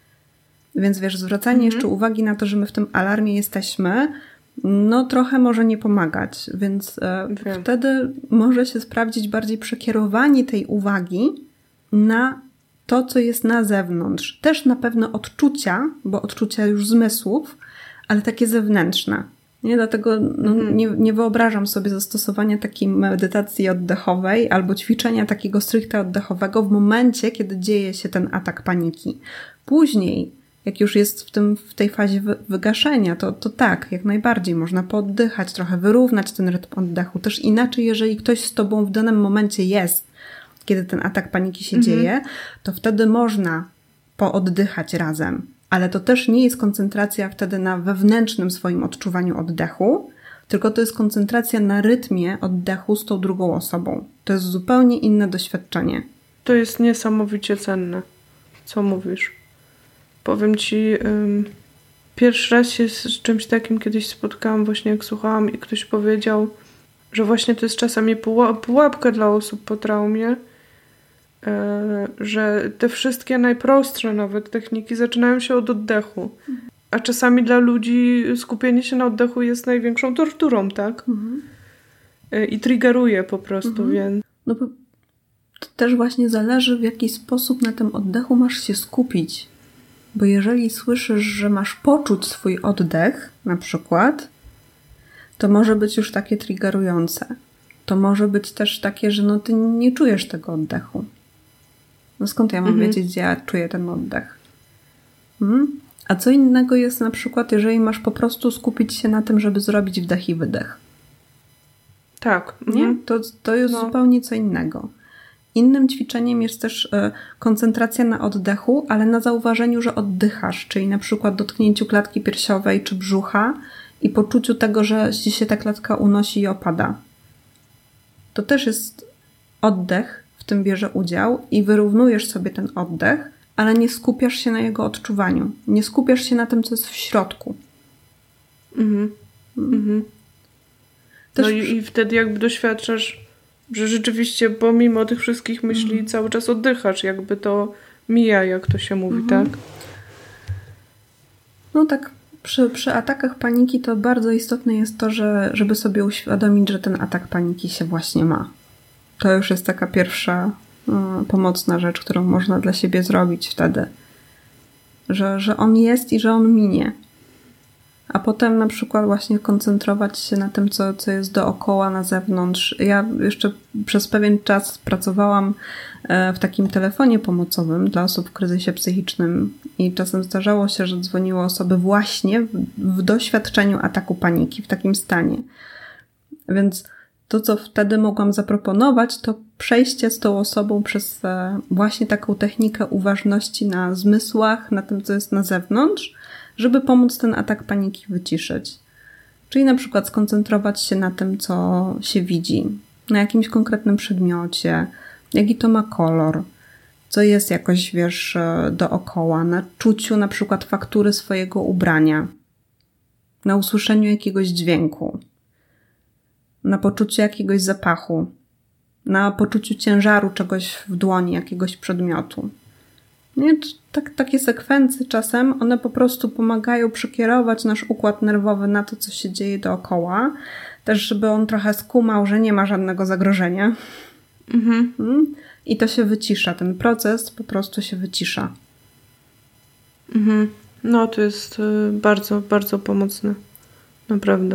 [SPEAKER 2] więc wiesz, zwracanie mhm. jeszcze uwagi na to, że my w tym alarmie jesteśmy, no trochę może nie pomagać, więc e, wtedy może się sprawdzić bardziej przekierowanie tej uwagi na to, co jest na zewnątrz. Też na pewno odczucia, bo odczucia już zmysłów, ale takie zewnętrzne. Nie? Dlatego no, mhm. nie, nie wyobrażam sobie zastosowania takiej medytacji oddechowej albo ćwiczenia takiego stricte oddechowego w momencie, kiedy dzieje się ten atak paniki. Później, jak już jest w, tym, w tej fazie wy, wygaszenia, to, to tak, jak najbardziej można pooddychać, trochę wyrównać ten rytm oddechu. Też inaczej, jeżeli ktoś z tobą w danym momencie jest, kiedy ten atak paniki się mhm. dzieje, to wtedy można pooddychać razem. Ale to też nie jest koncentracja wtedy na wewnętrznym swoim odczuwaniu oddechu, tylko to jest koncentracja na rytmie oddechu z tą drugą osobą. To jest zupełnie inne doświadczenie.
[SPEAKER 1] To jest niesamowicie cenne. Co mówisz? Powiem ci, um, pierwszy raz się z czymś takim kiedyś spotkałam, właśnie jak słuchałam i ktoś powiedział, że właśnie to jest czasami pułapka dla osób po traumie, e, że te wszystkie najprostsze nawet techniki zaczynają się od oddechu. A czasami dla ludzi skupienie się na oddechu jest największą torturą, tak? Mhm. E, I triggeruje po prostu, mhm. więc...
[SPEAKER 2] No bo to też właśnie zależy, w jaki sposób na tym oddechu masz się skupić. Bo jeżeli słyszysz, że masz poczuć swój oddech, na przykład, to może być już takie triggerujące. To może być też takie, że no ty nie czujesz tego oddechu. No skąd ja mam mhm. wiedzieć, gdzie ja czuję ten oddech? Hmm? A co innego jest na przykład, jeżeli masz po prostu skupić się na tym, żeby zrobić wdech i wydech.
[SPEAKER 1] Tak.
[SPEAKER 2] Nie?
[SPEAKER 1] Mhm.
[SPEAKER 2] To, to jest no. zupełnie co innego. Innym ćwiczeniem jest też y, koncentracja na oddechu, ale na zauważeniu, że oddychasz, czyli na przykład dotknięciu klatki piersiowej czy brzucha i poczuciu tego, że ci się ta klatka unosi i opada. To też jest oddech, w tym bierze udział i wyrównujesz sobie ten oddech, ale nie skupiasz się na jego odczuwaniu. Nie skupiasz się na tym, co jest w środku.
[SPEAKER 1] Mhm. Mhm. Też... No i, i wtedy jakby doświadczasz, że rzeczywiście pomimo tych wszystkich myśli mhm. cały czas oddychasz, jakby to mija, jak to się mówi, mhm. tak?
[SPEAKER 2] No tak, przy, przy atakach paniki to bardzo istotne jest to, że, żeby sobie uświadomić, że ten atak paniki się właśnie ma. To już jest taka pierwsza y, pomocna rzecz, którą można dla siebie zrobić wtedy. Że, że on jest i że on minie. a potem na przykład właśnie koncentrować się na tym, co, co jest dookoła, na zewnątrz. Ja jeszcze przez pewien czas pracowałam w takim telefonie pomocowym dla osób w kryzysie psychicznym i czasem zdarzało się, że dzwoniły osoby właśnie w, w doświadczeniu ataku paniki, w takim stanie. Więc to, co wtedy mogłam zaproponować, to przejście z tą osobą przez właśnie taką technikę uważności na zmysłach, na tym, co jest na zewnątrz, żeby pomóc ten atak paniki wyciszyć. Czyli na przykład skoncentrować się na tym, co się widzi, na jakimś konkretnym przedmiocie, jaki to ma kolor, co jest jakoś, wiesz, dookoła, na czuciu na przykład faktury swojego ubrania, na usłyszeniu jakiegoś dźwięku, na poczuciu jakiegoś zapachu, na poczuciu ciężaru czegoś w dłoni, jakiegoś przedmiotu. Nie? Tak, takie sekwencje czasem, one po prostu pomagają przekierować nasz układ nerwowy na to, co się dzieje dookoła. Też, żeby on trochę skumał, że nie ma żadnego zagrożenia. Mhm. I to się wycisza. Ten proces po prostu się wycisza.
[SPEAKER 1] Mhm. No, to jest bardzo, bardzo pomocne. Naprawdę.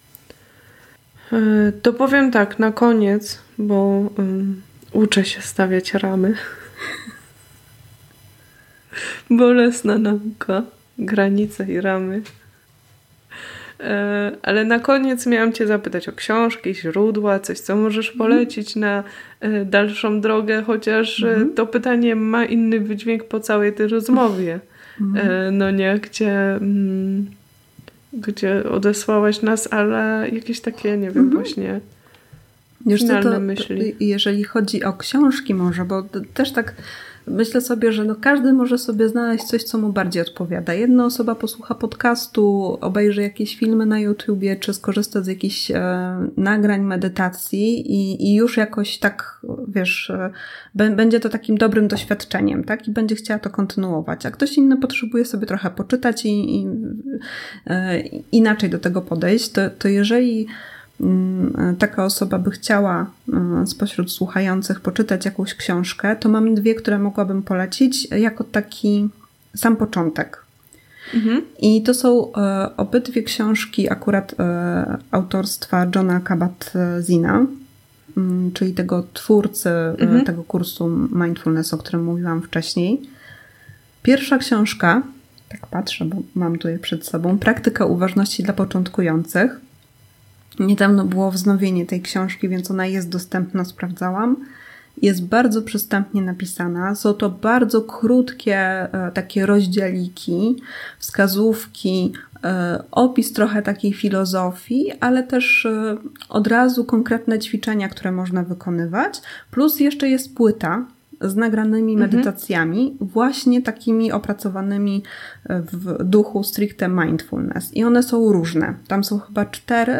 [SPEAKER 1] To powiem tak, na koniec, bo um, uczę się stawiać ramy. Bolesna nauka, granice i ramy. E, ale na koniec miałam Cię zapytać o książki, źródła, coś, co możesz polecić na e, dalszą drogę, chociaż mm. to pytanie ma inny wydźwięk po całej tej rozmowie. Mm. E, no nie, gdzie, mm, gdzie odesłałaś nas, ale jakieś takie, nie wiem, mm. właśnie
[SPEAKER 2] Wiesz,
[SPEAKER 1] finalne
[SPEAKER 2] to, to,
[SPEAKER 1] myśli.
[SPEAKER 2] Jeżeli chodzi o książki może, bo też tak myślę sobie, że no każdy może sobie znaleźć coś, co mu bardziej odpowiada. Jedna osoba posłucha podcastu, obejrzy jakieś filmy na YouTubie, czy skorzysta z jakichś e, nagrań medytacji i, i już jakoś tak, wiesz, e, b- będzie to takim dobrym doświadczeniem, tak? I będzie chciała to kontynuować. A ktoś inny potrzebuje sobie trochę poczytać i, i e, inaczej do tego podejść. To, to jeżeli taka osoba by chciała spośród słuchających poczytać jakąś książkę, to mam dwie, które mogłabym polecić jako taki sam początek. Mhm. I to są obydwie książki akurat autorstwa Johna Kabat-Zina, czyli tego twórcy mhm. tego kursu Mindfulness, o którym mówiłam wcześniej. Pierwsza książka, tak patrzę, bo mam tu je przed sobą, Praktyka uważności dla początkujących. Niedawno było wznowienie tej książki, więc ona jest dostępna, sprawdzałam. Jest bardzo przystępnie napisana. Są to bardzo krótkie e, takie rozdziałiki, wskazówki, e, opis trochę takiej filozofii, ale też e, od razu konkretne ćwiczenia, które można wykonywać. Plus jeszcze jest płyta z nagranymi mhm. medytacjami, właśnie takimi opracowanymi w duchu stricte mindfulness. I one są różne. Tam są chyba cztery.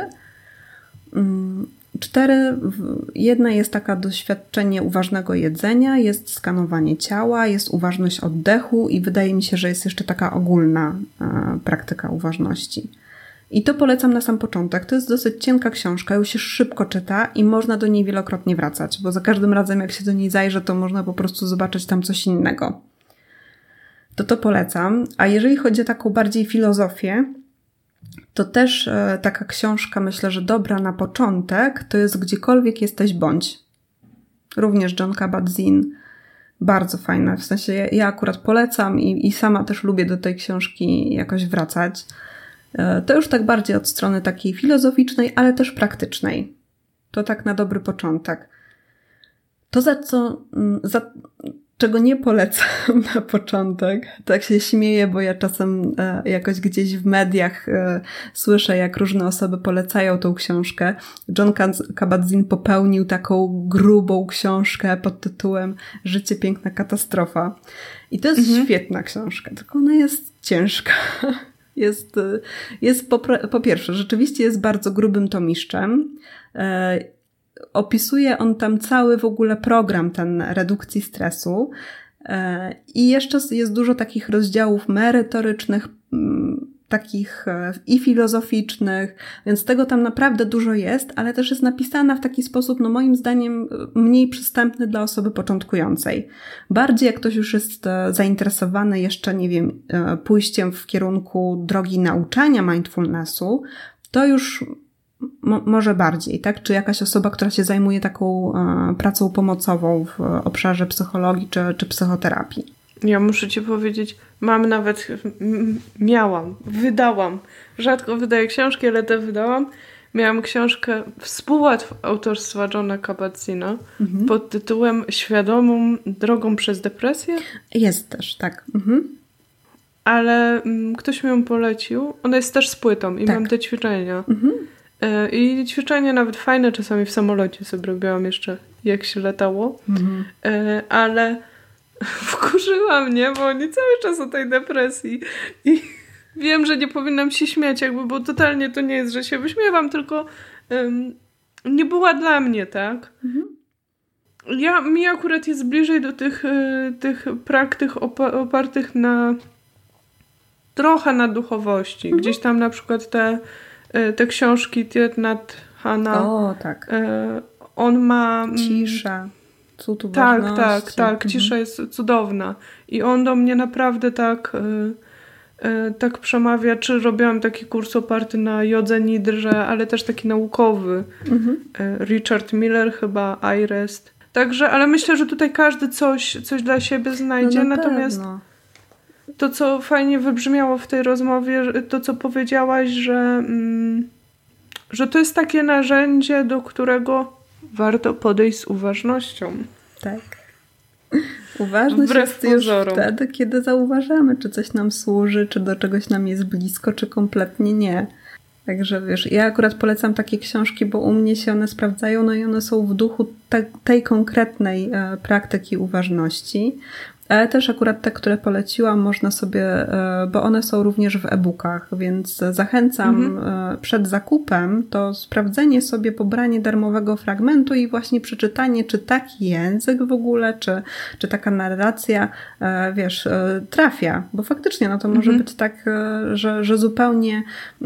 [SPEAKER 2] Cztery. Jedna jest taka doświadczenie uważnego jedzenia, jest skanowanie ciała, jest uważność oddechu i wydaje mi się, że jest jeszcze taka ogólna e, praktyka uważności. I to polecam na sam początek. To jest dosyć cienka książka, ją się szybko czyta i można do niej wielokrotnie wracać, bo za każdym razem jak się do niej zajrzy, to można po prostu zobaczyć tam coś innego. To to polecam. A jeżeli chodzi o taką bardziej filozofię, to też e, taka książka, myślę, że dobra na początek, to jest Gdziekolwiek jesteś bądź. Również Jon Kabat-Zinn. Bardzo fajna. W sensie ja, ja akurat polecam i, i sama też lubię do tej książki jakoś wracać. E, to już tak bardziej od strony takiej filozoficznej, ale też praktycznej. To tak na dobry początek. To za co... Za, czego nie polecam na początek. Tak się śmieję, bo ja czasem e, jakoś gdzieś w mediach e, słyszę, jak różne osoby polecają tą książkę. Jon Kabat-Zinn popełnił taką grubą książkę pod tytułem Życie, piękna katastrofa. I to jest mhm. świetna książka, tylko ona jest ciężka. Jest, jest po, po pierwsze, rzeczywiście jest bardzo grubym tomiszczem. E, Opisuje on tam cały w ogóle program ten redukcji stresu i jeszcze jest dużo takich rozdziałów merytorycznych, takich i filozoficznych, więc tego tam naprawdę dużo jest, ale też jest napisana w taki sposób, no moim zdaniem, mniej przystępny dla osoby początkującej. Bardziej jak ktoś już jest zainteresowany jeszcze, nie wiem, pójściem w kierunku drogi nauczania mindfulnessu, to już mo- może bardziej, tak? Czy jakaś osoba, która się zajmuje taką e, pracą pomocową w obszarze psychologii czy, czy psychoterapii.
[SPEAKER 1] Ja muszę ci powiedzieć, mam nawet, m- miałam, wydałam, rzadko wydaję książki, ale te wydałam. Miałam książkę współautorstwa Johna Kabat-Zina mhm. pod tytułem Świadomą drogą przez depresję.
[SPEAKER 2] Jest też, tak. Mhm.
[SPEAKER 1] Ale m, ktoś mi ją polecił. Ona jest też z płytą i tak. mam te ćwiczenia. Mhm. Y, I ćwiczenia nawet fajne czasami w samolocie sobie robiłam jeszcze, jak się latało. Mhm. Y, ale wkurzyła mnie, bo oni cały czas o tej depresji. I wiem, że nie powinnam się śmiać, jakby, bo totalnie to nie jest, że się wyśmiewam, tylko um, nie była dla mnie, tak? Mhm. Ja, mi akurat jest bliżej do tych, y, tych praktyk opa- opartych na trochę na duchowości. Mhm. Gdzieś tam na przykład te, y, te książki Thich Nhat Hanh.
[SPEAKER 2] O, tak.
[SPEAKER 1] Y, on ma...
[SPEAKER 2] Cisza. Cud
[SPEAKER 1] tak,
[SPEAKER 2] uważności.
[SPEAKER 1] tak, tak.
[SPEAKER 2] Mhm.
[SPEAKER 1] Cisza jest cudowna. I on do mnie naprawdę tak... Y, tak przemawia, czy robiłam taki kurs oparty na jodze nidrze, ale też taki naukowy. Mhm. Richard Miller chyba, iRest. Także, ale myślę, że tutaj każdy coś, coś dla siebie znajdzie.
[SPEAKER 2] No na
[SPEAKER 1] Natomiast
[SPEAKER 2] pewno.
[SPEAKER 1] to, co fajnie wybrzmiało w tej rozmowie, to, co powiedziałaś, że, mm, że to jest takie narzędzie, do którego warto podejść z uważnością.
[SPEAKER 2] Tak. Uważność
[SPEAKER 1] Wbrew
[SPEAKER 2] jest
[SPEAKER 1] pozorom.
[SPEAKER 2] już wtedy, kiedy zauważamy, czy coś nam służy, czy do czegoś nam jest blisko, czy kompletnie nie. Także wiesz, ja akurat polecam takie książki, bo u mnie się one sprawdzają, no i one są w duchu te, tej konkretnej e, praktyki uważności. Ale też akurat te, które poleciłam, można sobie, bo one są również w e-bookach, więc zachęcam mhm. przed zakupem to sprawdzenie sobie, pobranie darmowego fragmentu i właśnie przeczytanie, czy taki język w ogóle, czy, czy taka narracja, wiesz, trafia. Bo faktycznie no to może mhm. być tak, że, że zupełnie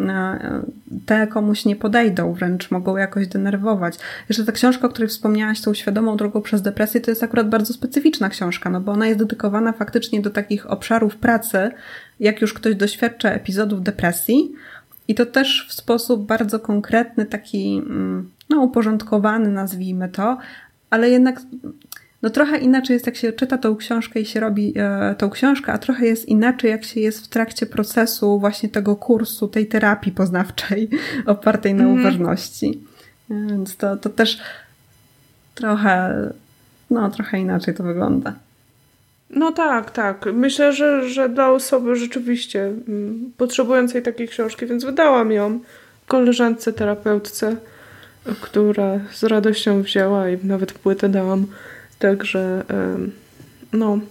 [SPEAKER 2] te komuś nie podejdą, wręcz mogą jakoś denerwować. Jeszcze ta książka, o której wspomniałaś, tą Świadomą drogą przez depresję, to jest akurat bardzo specyficzna książka, no bo ona jest dedykowana faktycznie do takich obszarów pracy, jak już ktoś doświadcza epizodów depresji i to też w sposób bardzo konkretny, taki no uporządkowany, nazwijmy to, ale jednak no trochę inaczej jest, jak się czyta tą książkę i się robi e, tą książkę, a trochę jest inaczej, jak się jest w trakcie procesu właśnie tego kursu, tej terapii poznawczej opartej na mm. uważności. Więc to, to też trochę, no trochę inaczej to wygląda.
[SPEAKER 1] No tak, tak. Myślę, że, że dla osoby rzeczywiście mm, potrzebującej takiej książki, więc wydałam ją koleżance, terapeutce, która z radością wzięła i nawet płytę dałam. Także no.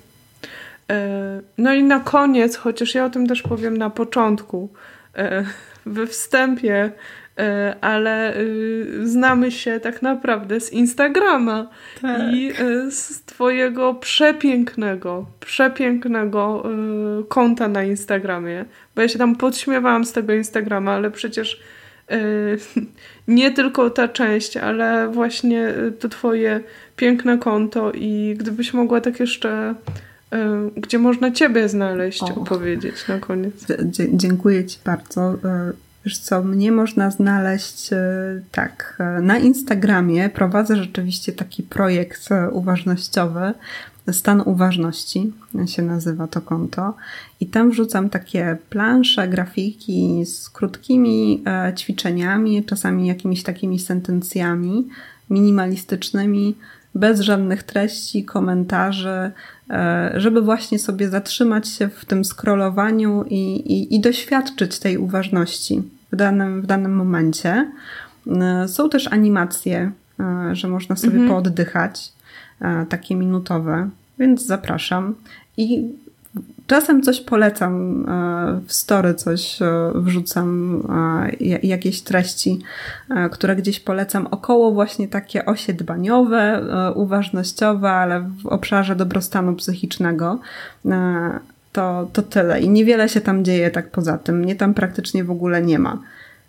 [SPEAKER 1] No i na koniec, chociaż ja o tym też powiem na początku, we wstępie, ale znamy się tak naprawdę z Instagrama tak. i z twojego przepięknego, przepięknego konta na Instagramie, bo ja się tam podśmiewałam z tego Instagrama, ale przecież nie tylko ta część, ale właśnie to twoje piękne konto i gdybyś mogła tak jeszcze, gdzie można ciebie znaleźć, o. opowiedzieć na koniec.
[SPEAKER 2] Dzie- dziękuję ci bardzo. Wiesz co, mnie można znaleźć tak, na Instagramie prowadzę rzeczywiście taki projekt uważnościowy, Stan Uważności się nazywa to konto i tam wrzucam takie plansze, grafiki z krótkimi ćwiczeniami, czasami jakimiś takimi sentencjami minimalistycznymi, bez żadnych treści, komentarzy, żeby właśnie sobie zatrzymać się w tym scrollowaniu i, i, i doświadczyć tej uważności w danym, w danym momencie. Są też animacje, że można sobie mhm. pooddychać, takie minutowe, więc zapraszam. I czasem coś polecam w story, coś wrzucam, jakieś treści, które gdzieś polecam, około właśnie takie osie dbaniowe, uważnościowe, ale w obszarze dobrostanu psychicznego. to, to tyle. I niewiele się tam dzieje tak poza tym. Mnie tam praktycznie w ogóle nie ma.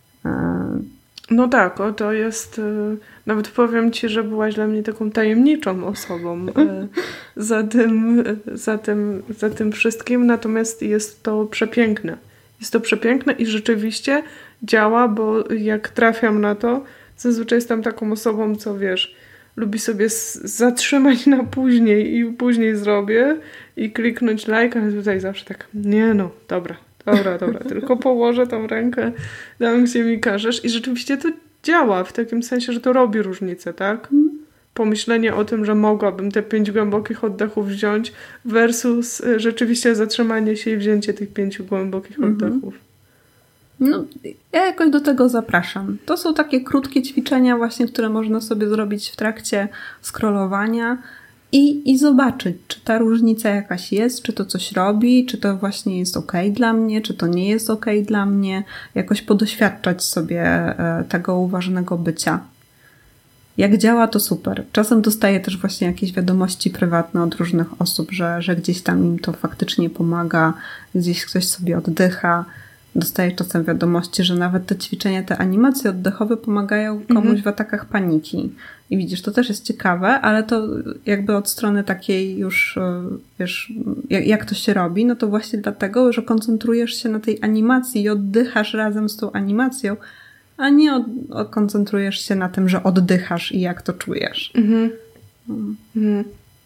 [SPEAKER 1] No tak, o, to jest... Nawet powiem ci, że byłaś dla mnie taką tajemniczą osobą za tym, za tym, za tym wszystkim. Natomiast jest to przepiękne. Jest to przepiękne i rzeczywiście działa, bo jak trafiam na to, zazwyczaj jestem taką osobą, co wiesz, lubi sobie zatrzymać na później i później zrobię i kliknąć like, ale tutaj zawsze tak, nie no, dobra, dobra, dobra, tylko położę tą rękę tam, gdzie mi każesz i rzeczywiście to działa, w takim sensie, że to robi różnicę, tak? Pomyślenie o tym, że mogłabym te pięć głębokich oddechów wziąć versus rzeczywiście zatrzymanie się i wzięcie tych pięciu głębokich oddechów.
[SPEAKER 2] No, ja jakoś do tego zapraszam. To są takie krótkie ćwiczenia właśnie, które można sobie zrobić w trakcie scrollowania i, i zobaczyć, czy ta różnica jakaś jest, czy to coś robi, czy to właśnie jest okej dla mnie, czy to nie jest okej dla mnie. Jakoś podoświadczać sobie tego uważnego bycia. Jak działa, to super. Czasem dostaję też właśnie jakieś wiadomości prywatne od różnych osób, że, że gdzieś tam im to faktycznie pomaga, gdzieś ktoś sobie oddycha. Dostaję czasem wiadomości, że nawet te ćwiczenia, te animacje oddechowe pomagają komuś mhm. w atakach paniki. I widzisz, to też jest ciekawe, ale to jakby od strony takiej już, wiesz, jak, jak to się robi, no to właśnie dlatego, że koncentrujesz się na tej animacji i oddychasz razem z tą animacją, a nie od, od, koncentrujesz się na tym, że oddychasz i jak to czujesz. Mhm.
[SPEAKER 1] Mhm.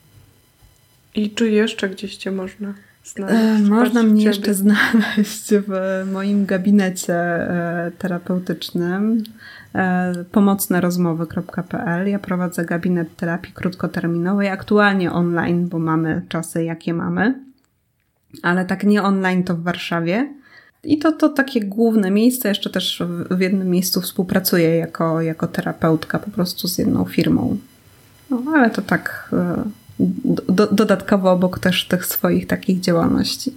[SPEAKER 1] I czy jeszcze gdzieś cię można znaleźć?
[SPEAKER 2] Można mnie jeszcze znaleźć w moim gabinecie terapeutycznym pomocne rozmowy kropka p l. Ja prowadzę gabinet terapii krótkoterminowej, aktualnie online, bo mamy czasy jakie mamy, ale tak nie online to w Warszawie. I to, to takie główne miejsce, jeszcze też w jednym miejscu współpracuję jako, jako terapeutka po prostu z jedną firmą. No, ale to tak do, dodatkowo obok też tych swoich takich działalności.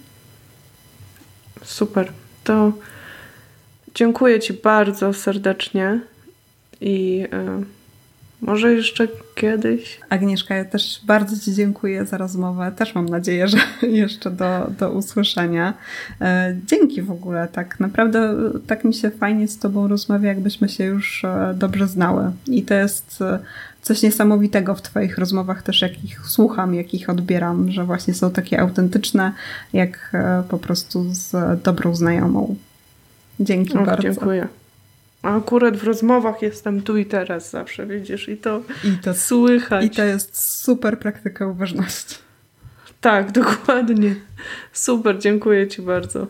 [SPEAKER 1] Super. To dziękuję Ci bardzo serdecznie i y, może jeszcze kiedyś.
[SPEAKER 2] Agnieszka, ja też bardzo Ci dziękuję za rozmowę. Też mam nadzieję, że jeszcze do, do usłyszenia. Dzięki w ogóle. Tak naprawdę tak mi się fajnie z Tobą rozmawia, jakbyśmy się już dobrze znały. I to jest coś niesamowitego w Twoich rozmowach też, jak ich słucham, jak ich odbieram, że właśnie są takie autentyczne, jak po prostu z dobrą znajomą. Dzięki
[SPEAKER 1] Och,
[SPEAKER 2] bardzo.
[SPEAKER 1] Dziękuję. A akurat w rozmowach jestem tu i teraz zawsze, widzisz, i to, I to słychać.
[SPEAKER 2] I to jest super praktyka uważności.
[SPEAKER 1] Tak, dokładnie. Super, dziękuję Ci bardzo.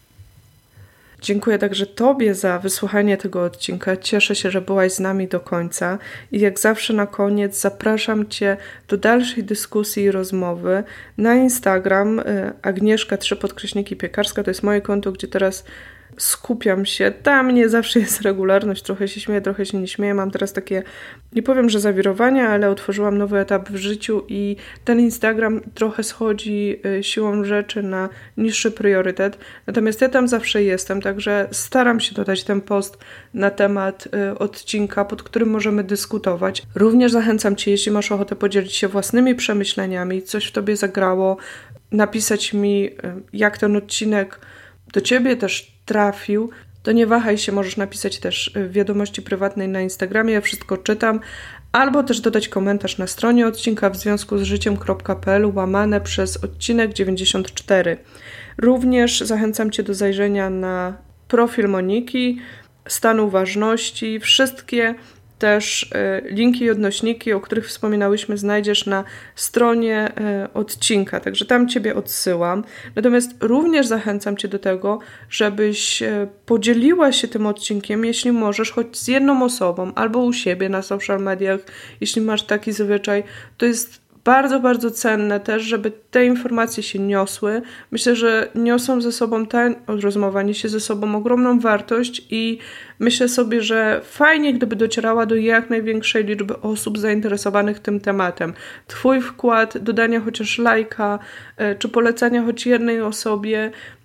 [SPEAKER 1] Dziękuję także Tobie za wysłuchanie tego odcinka. Cieszę się, że byłaś z nami do końca. I jak zawsze na koniec zapraszam Cię do dalszej dyskusji i rozmowy na Instagram Agnieszka trzy podkreśniki piekarska. To jest moje konto, gdzie teraz skupiam się. Tam nie zawsze jest regularność. Trochę się śmieję, trochę się nie śmieję. Mam teraz takie, nie powiem, że zawirowania, ale otworzyłam nowy etap w życiu i ten Instagram trochę schodzi siłą rzeczy na niższy priorytet. Natomiast ja tam zawsze jestem, także staram się dodać ten post na temat odcinka, pod którym możemy dyskutować. Również zachęcam Cię, jeśli masz ochotę podzielić się własnymi przemyśleniami, coś w Tobie zagrało, napisać mi, jak ten odcinek do Ciebie też trafił, to nie wahaj się, możesz napisać też w wiadomości prywatnej na Instagramie, ja wszystko czytam, albo też dodać komentarz na stronie odcinka w związku z życiem kropka p l łamane przez odcinek dziewięćdziesiąt cztery. Również zachęcam Cię do zajrzenia na profil Moniki, stan uważności, wszystkie też linki i odnośniki, o których wspominałyśmy, znajdziesz na stronie odcinka, także tam Ciebie odsyłam. Natomiast również zachęcam Cię do tego, żebyś podzieliła się tym odcinkiem, jeśli możesz, choć z jedną osobą, albo u siebie na social mediach, jeśli masz taki zwyczaj. To jest bardzo, bardzo cenne też, żeby te informacje się niosły. Myślę, że niosą ze sobą, ta rozmowa niesie ze sobą ogromną wartość i myślę sobie, że fajnie, gdyby docierała do jak największej liczby osób zainteresowanych tym tematem. Twój wkład, dodania chociaż lajka, czy polecania choć jednej osobie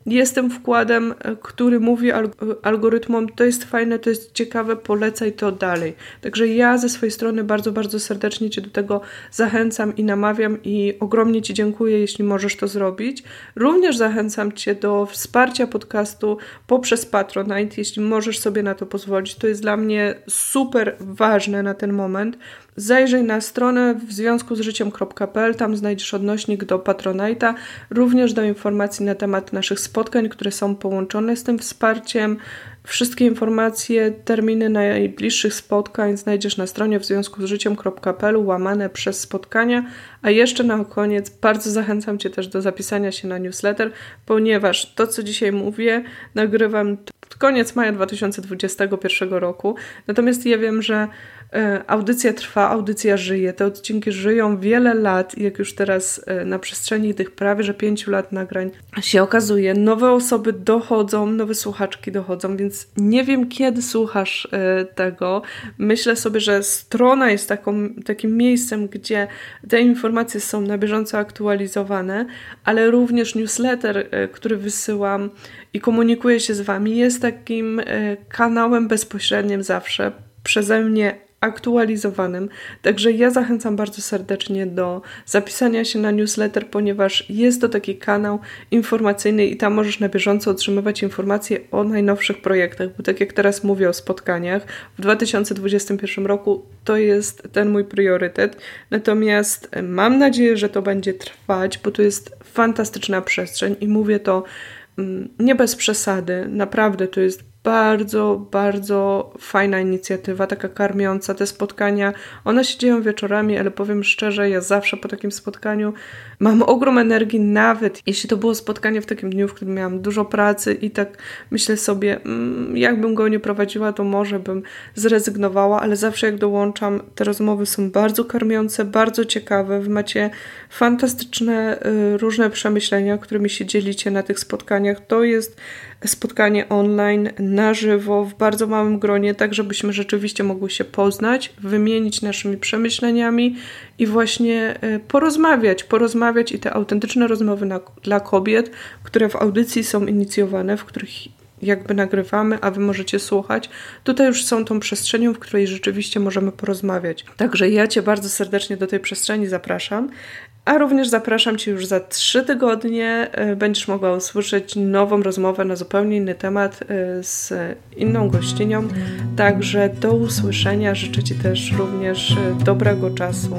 [SPEAKER 1] jest tym wkładem, który mówi algorytmom, to jest fajne, to jest ciekawe, polecaj to dalej. Także ja ze swojej strony bardzo, bardzo serdecznie Cię do tego zachęcam i namawiam i ogromnie Ci dziękuję, jeśli możesz to zrobić. Również zachęcam Cię do wsparcia podcastu poprzez Patronite, jeśli możesz sobie na to pozwolić. To jest dla mnie super ważne na ten moment. Zajrzyj na stronę w związku z życiem kropka p l, tam znajdziesz odnośnik do Patronite'a, również do informacji na temat naszych spotkań, które są połączone z tym wsparciem. Wszystkie informacje, terminy najbliższych spotkań znajdziesz na stronie w związku z życiem kropka p l łamane przez spotkania, a jeszcze na koniec bardzo zachęcam Cię też do zapisania się na newsletter, ponieważ to, co dzisiaj mówię, nagrywam koniec maja dwa tysiące dwudziestego pierwszego roku, natomiast ja wiem, że audycja trwa, audycja żyje, te odcinki żyją wiele lat i jak już teraz na przestrzeni tych prawie, że pięciu lat nagrań się okazuje, nowe osoby dochodzą, nowe słuchaczki dochodzą, więc nie wiem, kiedy słuchasz tego. Myślę sobie, że strona jest taką, takim miejscem, gdzie te informacje są na bieżąco aktualizowane, ale również newsletter, który wysyłam i komunikuję się z Wami, jest takim kanałem bezpośrednim zawsze przeze mnie aktualizowanym. Także ja zachęcam bardzo serdecznie do zapisania się na newsletter, ponieważ jest to taki kanał informacyjny i tam możesz na bieżąco otrzymywać informacje o najnowszych projektach, bo tak jak teraz mówię o spotkaniach, w dwa tysiące dwudziestym pierwszym roku to jest ten mój priorytet. Natomiast mam nadzieję, że to będzie trwać, bo to jest fantastyczna przestrzeń i mówię to nie bez przesady. Naprawdę to jest bardzo, bardzo fajna inicjatywa, taka karmiąca. Te spotkania, one się dzieją wieczorami, ale powiem szczerze, ja zawsze po takim spotkaniu mam ogrom energii, nawet jeśli to było spotkanie w takim dniu, w którym miałam dużo pracy i tak myślę sobie, jakbym go nie prowadziła, to może bym zrezygnowała, ale zawsze jak dołączam, te rozmowy są bardzo karmiące, bardzo ciekawe. Wy macie fantastyczne, różne przemyślenia, którymi się dzielicie na tych spotkaniach. To jest spotkanie online, na żywo, w bardzo małym gronie, tak żebyśmy rzeczywiście mogły się poznać, wymienić naszymi przemyśleniami i właśnie porozmawiać, porozmawiać i te autentyczne rozmowy na, dla kobiet, które w audycji są inicjowane, w których jakby nagrywamy, a Wy możecie słuchać. Tutaj już są tą przestrzenią, w której rzeczywiście możemy porozmawiać. Także ja Cię bardzo serdecznie do tej przestrzeni zapraszam. A również zapraszam Cię już za trzy tygodnie. Będziesz mogła usłyszeć nową rozmowę na zupełnie inny temat z inną gościnią. Także do usłyszenia. Życzę Ci też również dobrego czasu.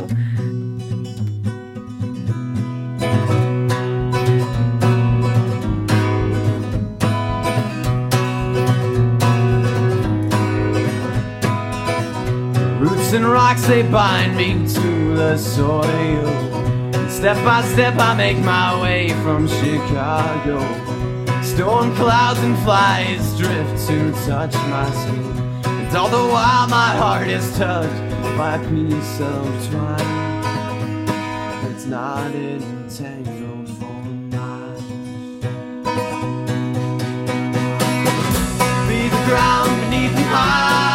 [SPEAKER 3] Roots and rocks, they bind me to the soil. Step by step I make my way from Chicago. Storm clouds and flies drift to touch my skin. And all the while my heart is touched by a piece of twine that's not entangled for miles. Be the ground beneath my